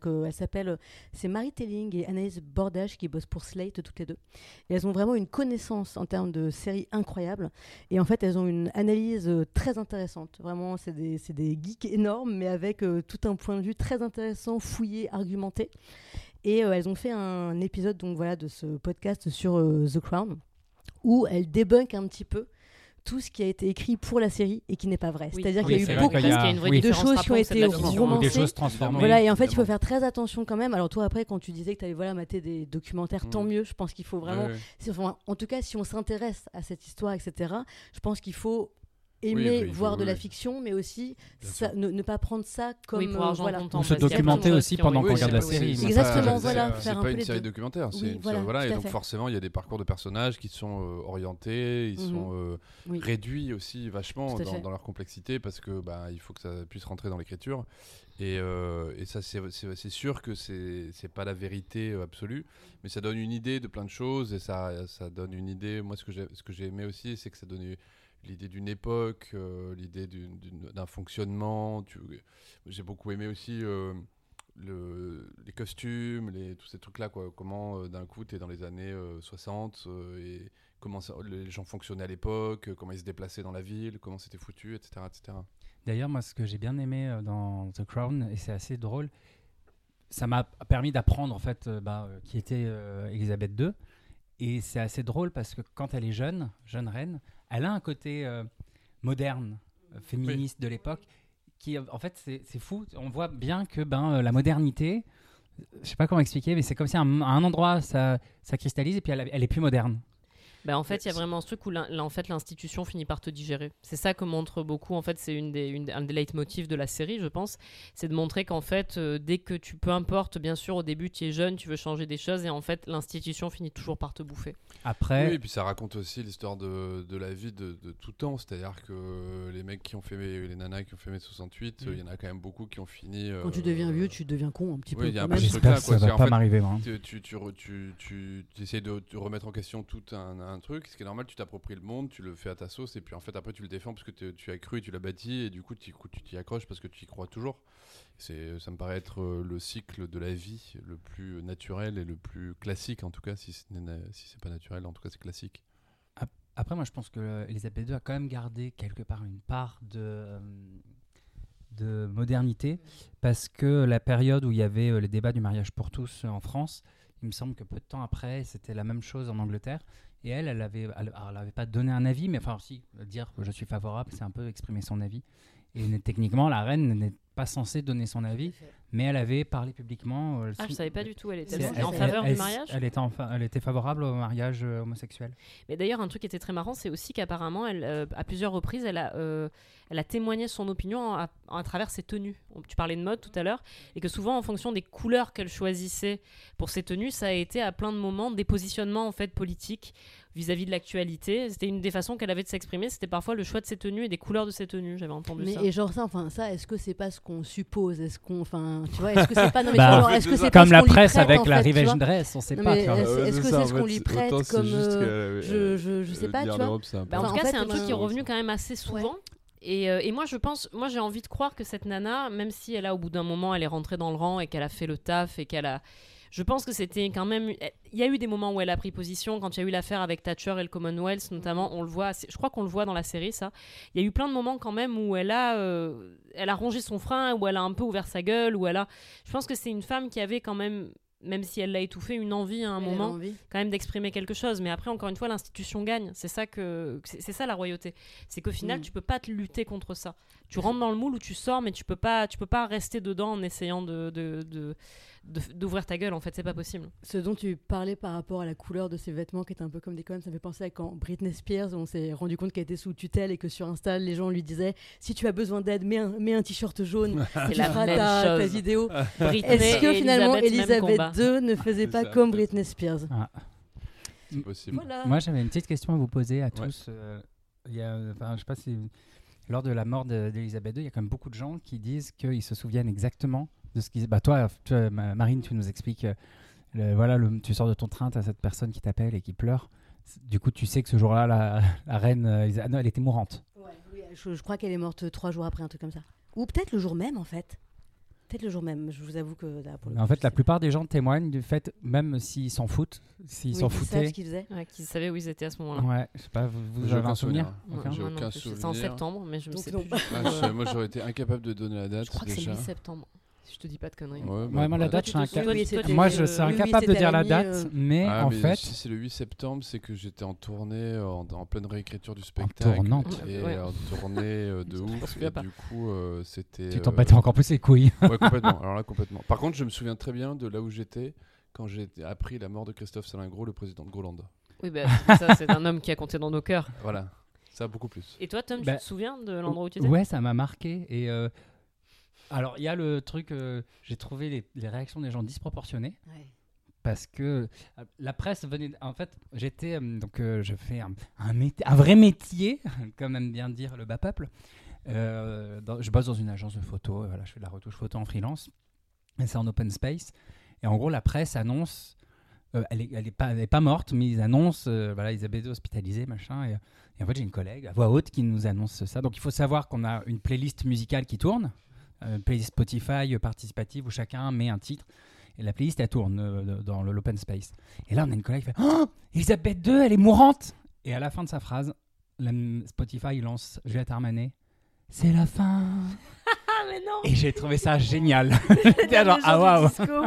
c'est Marie Telling et Anaïs Bordage qui bossent pour Slate toutes les deux. Et elles ont vraiment une connaissance en termes de séries incroyable. Et en fait, elles ont une analyse très intéressante. Vraiment, c'est des geeks énormes, mais avec tout un point de vue très intéressant, fouillé, argumenté. Et elles ont fait un épisode donc, voilà, de ce podcast sur The Crown où elles débunkent un petit peu tout ce qui a été écrit pour la série et qui n'est pas vrai. Oui. C'est-à-dire Oui, qu'il y c'est a eu vrai beaucoup qu'il y a une vraie oui. de différence choses qui ont rapport, c'est de été la fiction. Ou des romancées. choses transformées. Voilà, et en fait, il faut évidemment. faire très attention quand même. Alors toi, après, quand tu disais que tu allais mater des documentaires, tant mieux. Je pense qu'il faut vraiment... En tout cas, si on s'intéresse à cette histoire, etc., je pense qu'il faut aimer il faut- voir de la oui. fiction, mais aussi Bien sûr. ne pas prendre ça comme... Oui, pour argent voilà. comptant. Ou se parce qu'il y a documenter plein de aussi choses qui ont pendant été- qu'on Oui, regarde la c'est pas- série. c'est Exactement, pas- voilà, c'est faire un pas peu une les série deux. documentaire, Oui, c'est une voilà, série, voilà, tout et à donc fait. forcément il y a des parcours de personnages qui sont orientés, ils sont Oui. réduits aussi vachement Tout à fait. dans leur complexité, parce que il faut que ça puisse rentrer dans l'écriture, et ça c'est sûr que c'est pas la vérité absolue, mais ça donne une idée de plein de choses, et ça donne une idée. Moi, ce que j'ai aimé aussi, c'est que ça donne l'idée d'une époque, l'idée d'un fonctionnement. J'ai beaucoup aimé aussi costumes, tous ces trucs-là, quoi. Comment d'un coup t'es dans les années 60 et comment les gens fonctionnaient à l'époque, comment ils se déplaçaient dans la ville, comment c'était foutu, etc., etc. D'ailleurs, moi, ce que j'ai bien aimé dans The Crown, et c'est assez drôle, ça m'a permis d'apprendre en fait qui était Elisabeth II. Et c'est assez drôle parce que quand elle est jeune reine, elle a un côté moderne, féministe de l'époque, qui en fait c'est fou. On voit bien que la modernité, je sais pas comment expliquer, mais c'est comme si à un endroit ça cristallise et puis elle est plus moderne. En fait, il y a vraiment ce truc où en fait, l'institution finit par te digérer. C'est ça que montre beaucoup. En fait, c'est un des leitmotifs de la série, je pense. C'est de montrer qu'en fait, dès que peu importe, bien sûr, au début, tu es jeune, tu veux changer des choses, et en fait, l'institution finit toujours par te bouffer. Après... Oui, et puis ça raconte aussi l'histoire de la vie de tout temps. C'est-à-dire que les mecs qui ont fait les nanas qui ont fait mai 68, il y en a quand même beaucoup qui ont fini. Quand tu deviens vieux, tu deviens con un petit peu. J'espère que ça va pas m'arriver, moi. Tu essayes de remettre en question tout un truc, ce qui est normal, tu t'appropries le monde, tu le fais à ta sauce et puis en fait après tu le défends parce que tu as cru et tu l'as bâti et du coup tu t'y accroches parce que tu y crois toujours. Ça me paraît être le cycle de la vie le plus naturel et le plus classique, en tout cas si c'est pas naturel, en tout cas c'est classique. Après moi je pense que Elisabeth II a quand même gardé quelque part une part de modernité parce que la période où il y avait les débats du mariage pour tous en France, il me semble que peu de temps après c'était la même chose en Angleterre. Et elle avait pas donné un avis, mais enfin aussi dire que je suis favorable, c'est un peu exprimer son avis. Et techniquement, la reine n'est pas censée donner son avis, mais elle avait parlé publiquement. Je savais pas du tout. Elle était en faveur du mariage. Elle était favorable au mariage homosexuel. Mais d'ailleurs, un truc qui était très marrant, c'est aussi qu'apparemment, elle, à plusieurs reprises, elle a témoigné son opinion à travers ses tenues. Tu parlais de mode tout à l'heure, et que souvent, en fonction des couleurs qu'elle choisissait pour ses tenues, ça a été à plein de moments des positionnements en fait politiques vis-à-vis de l'actualité. C'était une des façons qu'elle avait de s'exprimer, c'était parfois le choix de ses tenues et des couleurs de ses tenues. J'avais entendu ça. Et genre ça, est-ce que c'est pas ce qu'on suppose? Est-ce qu'on, tu vois, est-ce que c'est pas est-ce que c'est comme la presse avec la revenge dress, on sait pas. Est-ce que c'est ce qu'on lui prête comme je sais pas, tu vois. En tout cas, c'est un truc qui est revenu quand même assez souvent. Et moi, j'ai envie de croire que cette nana, même si elle au bout d'un moment, elle est rentrée dans le rang et qu'elle a fait le taf et je pense que c'était quand même... Il y a eu des moments où elle a pris position, quand il y a eu l'affaire avec Thatcher et le Commonwealth, notamment, on le voit, je crois qu'on le voit dans la série, ça. Il y a eu plein de moments quand même où elle a rongé son frein, où elle a un peu ouvert sa gueule, Je pense que c'est une femme qui avait quand même si elle l'a étouffé, une envie à un moment, quand même d'exprimer quelque chose. Mais après, encore une fois, l'institution gagne. C'est ça la royauté. C'est qu'au final, tu peux pas te lutter contre ça. Tu rentres dans le moule où tu sors, mais tu peux pas rester dedans en essayant d'ouvrir ta gueule. En fait, c'est pas possible. Ce dont tu parlais par rapport à la couleur de ses vêtements, qui était un peu comme des connes, ça me fait penser à quand Britney Spears, on s'est rendu compte qu'elle était sous tutelle et que sur Insta, les gens lui disaient si tu as besoin d'aide, mets un t-shirt jaune, tu feras ta vidéo. Est-ce que finalement Elisabeth II ne faisait pas comme Britney Spears? C'est possible. Voilà. Moi, j'avais une petite question à vous poser à tous. Je sais pas si lors de la mort d'Elisabeth II, il y a quand même beaucoup de gens qui disent qu'ils se souviennent exactement de ce qu'ils... toi, Marine, tu nous expliques, tu sors de ton train, tu as cette personne qui t'appelle et qui pleure. Du coup, tu sais que ce jour-là, la reine, elle était mourante. Oui, je crois qu'elle est morte 3 jours après, un truc comme ça. Ou peut-être le jour même, en fait. Peut-être le jour même, je vous avoue que... En fait, la plupart des gens témoignent du fait, même s'ils s'en foutent, s'ils s'en foutaient... Ils savent ce qu'ils faisaient. Qu'ils savaient où ils étaient à ce moment-là. Ouais, je sais pas, vous avez un souvenir? J'ai aucun souvenir. C'est en septembre, mais je ne sais plus. Moi, j'aurais été incapable de donner la date. Je crois que c'est le 8 septembre. Si je te dis pas de conneries. Moi, la date, je serais incapable de dire la date, mais en fait... Si c'est le 8 septembre, c'est que j'étais en tournée, en pleine réécriture du spectacle. En tournée de ouf. Et du coup, c'était... Tu t'en battais encore plus les couilles. Ouais, complètement. Alors là, complètement. Par contre, je me souviens très bien de là où j'étais quand j'ai appris la mort de Christophe Salingro, le président de Groland. Oui, ça, c'est un homme qui a compté dans nos cœurs. Voilà, ça beaucoup plus. Et toi, Tom, tu te souviens de l'endroit où tu étais? Ouais, ça m'a marqué. Et alors, il y a le truc, j'ai trouvé les réactions des gens disproportionnées. Ouais. Parce que la presse venait... En fait, j'étais... je fais un vrai métier, comme aime bien dire le bas peuple. Je bosse dans une agence de photo. Je fais de la retouche photo en freelance. Et c'est en open space. Et en gros, la presse annonce... elle est pas morte, mais ils annoncent... Elisabeth II hospitalisée, machin. Et en fait, j'ai une collègue à voix haute qui nous annonce ça. Donc, il faut savoir qu'on a une playlist musicale qui tourne. Playlist Spotify participative où chacun met un titre. Et la playlist, elle tourne dans l'open space. Et là, on a une collègue qui fait « Oh, Elisabeth II, elle est mourante !» Et à la fin de sa phrase, Spotify lance Juliette Armanet. C'est la fin. Ah, mais non. Et j'ai trouvé ça génial. J'étais genre, ah waouh.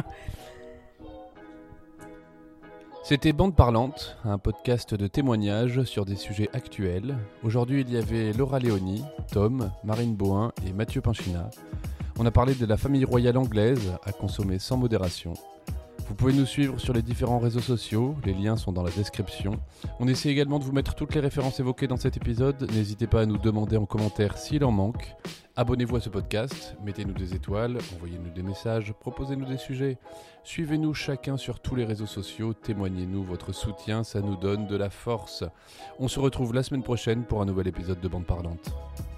C'était Bande Parlante, un podcast de témoignages sur des sujets actuels. Aujourd'hui, il y avait Laura Léoni, Tom, Marine Bohin et Mathieu Pinchina. On a parlé de la famille royale anglaise à consommer sans modération. Vous pouvez nous suivre sur les différents réseaux sociaux, les liens sont dans la description. On essaie également de vous mettre toutes les références évoquées dans cet épisode. N'hésitez pas à nous demander en commentaire s'il en manque. Abonnez-vous à ce podcast, mettez-nous des étoiles, envoyez-nous des messages, proposez-nous des sujets. Suivez-nous chacun sur tous les réseaux sociaux, témoignez-nous votre soutien, ça nous donne de la force. On se retrouve la semaine prochaine pour un nouvel épisode de Bande Parlante.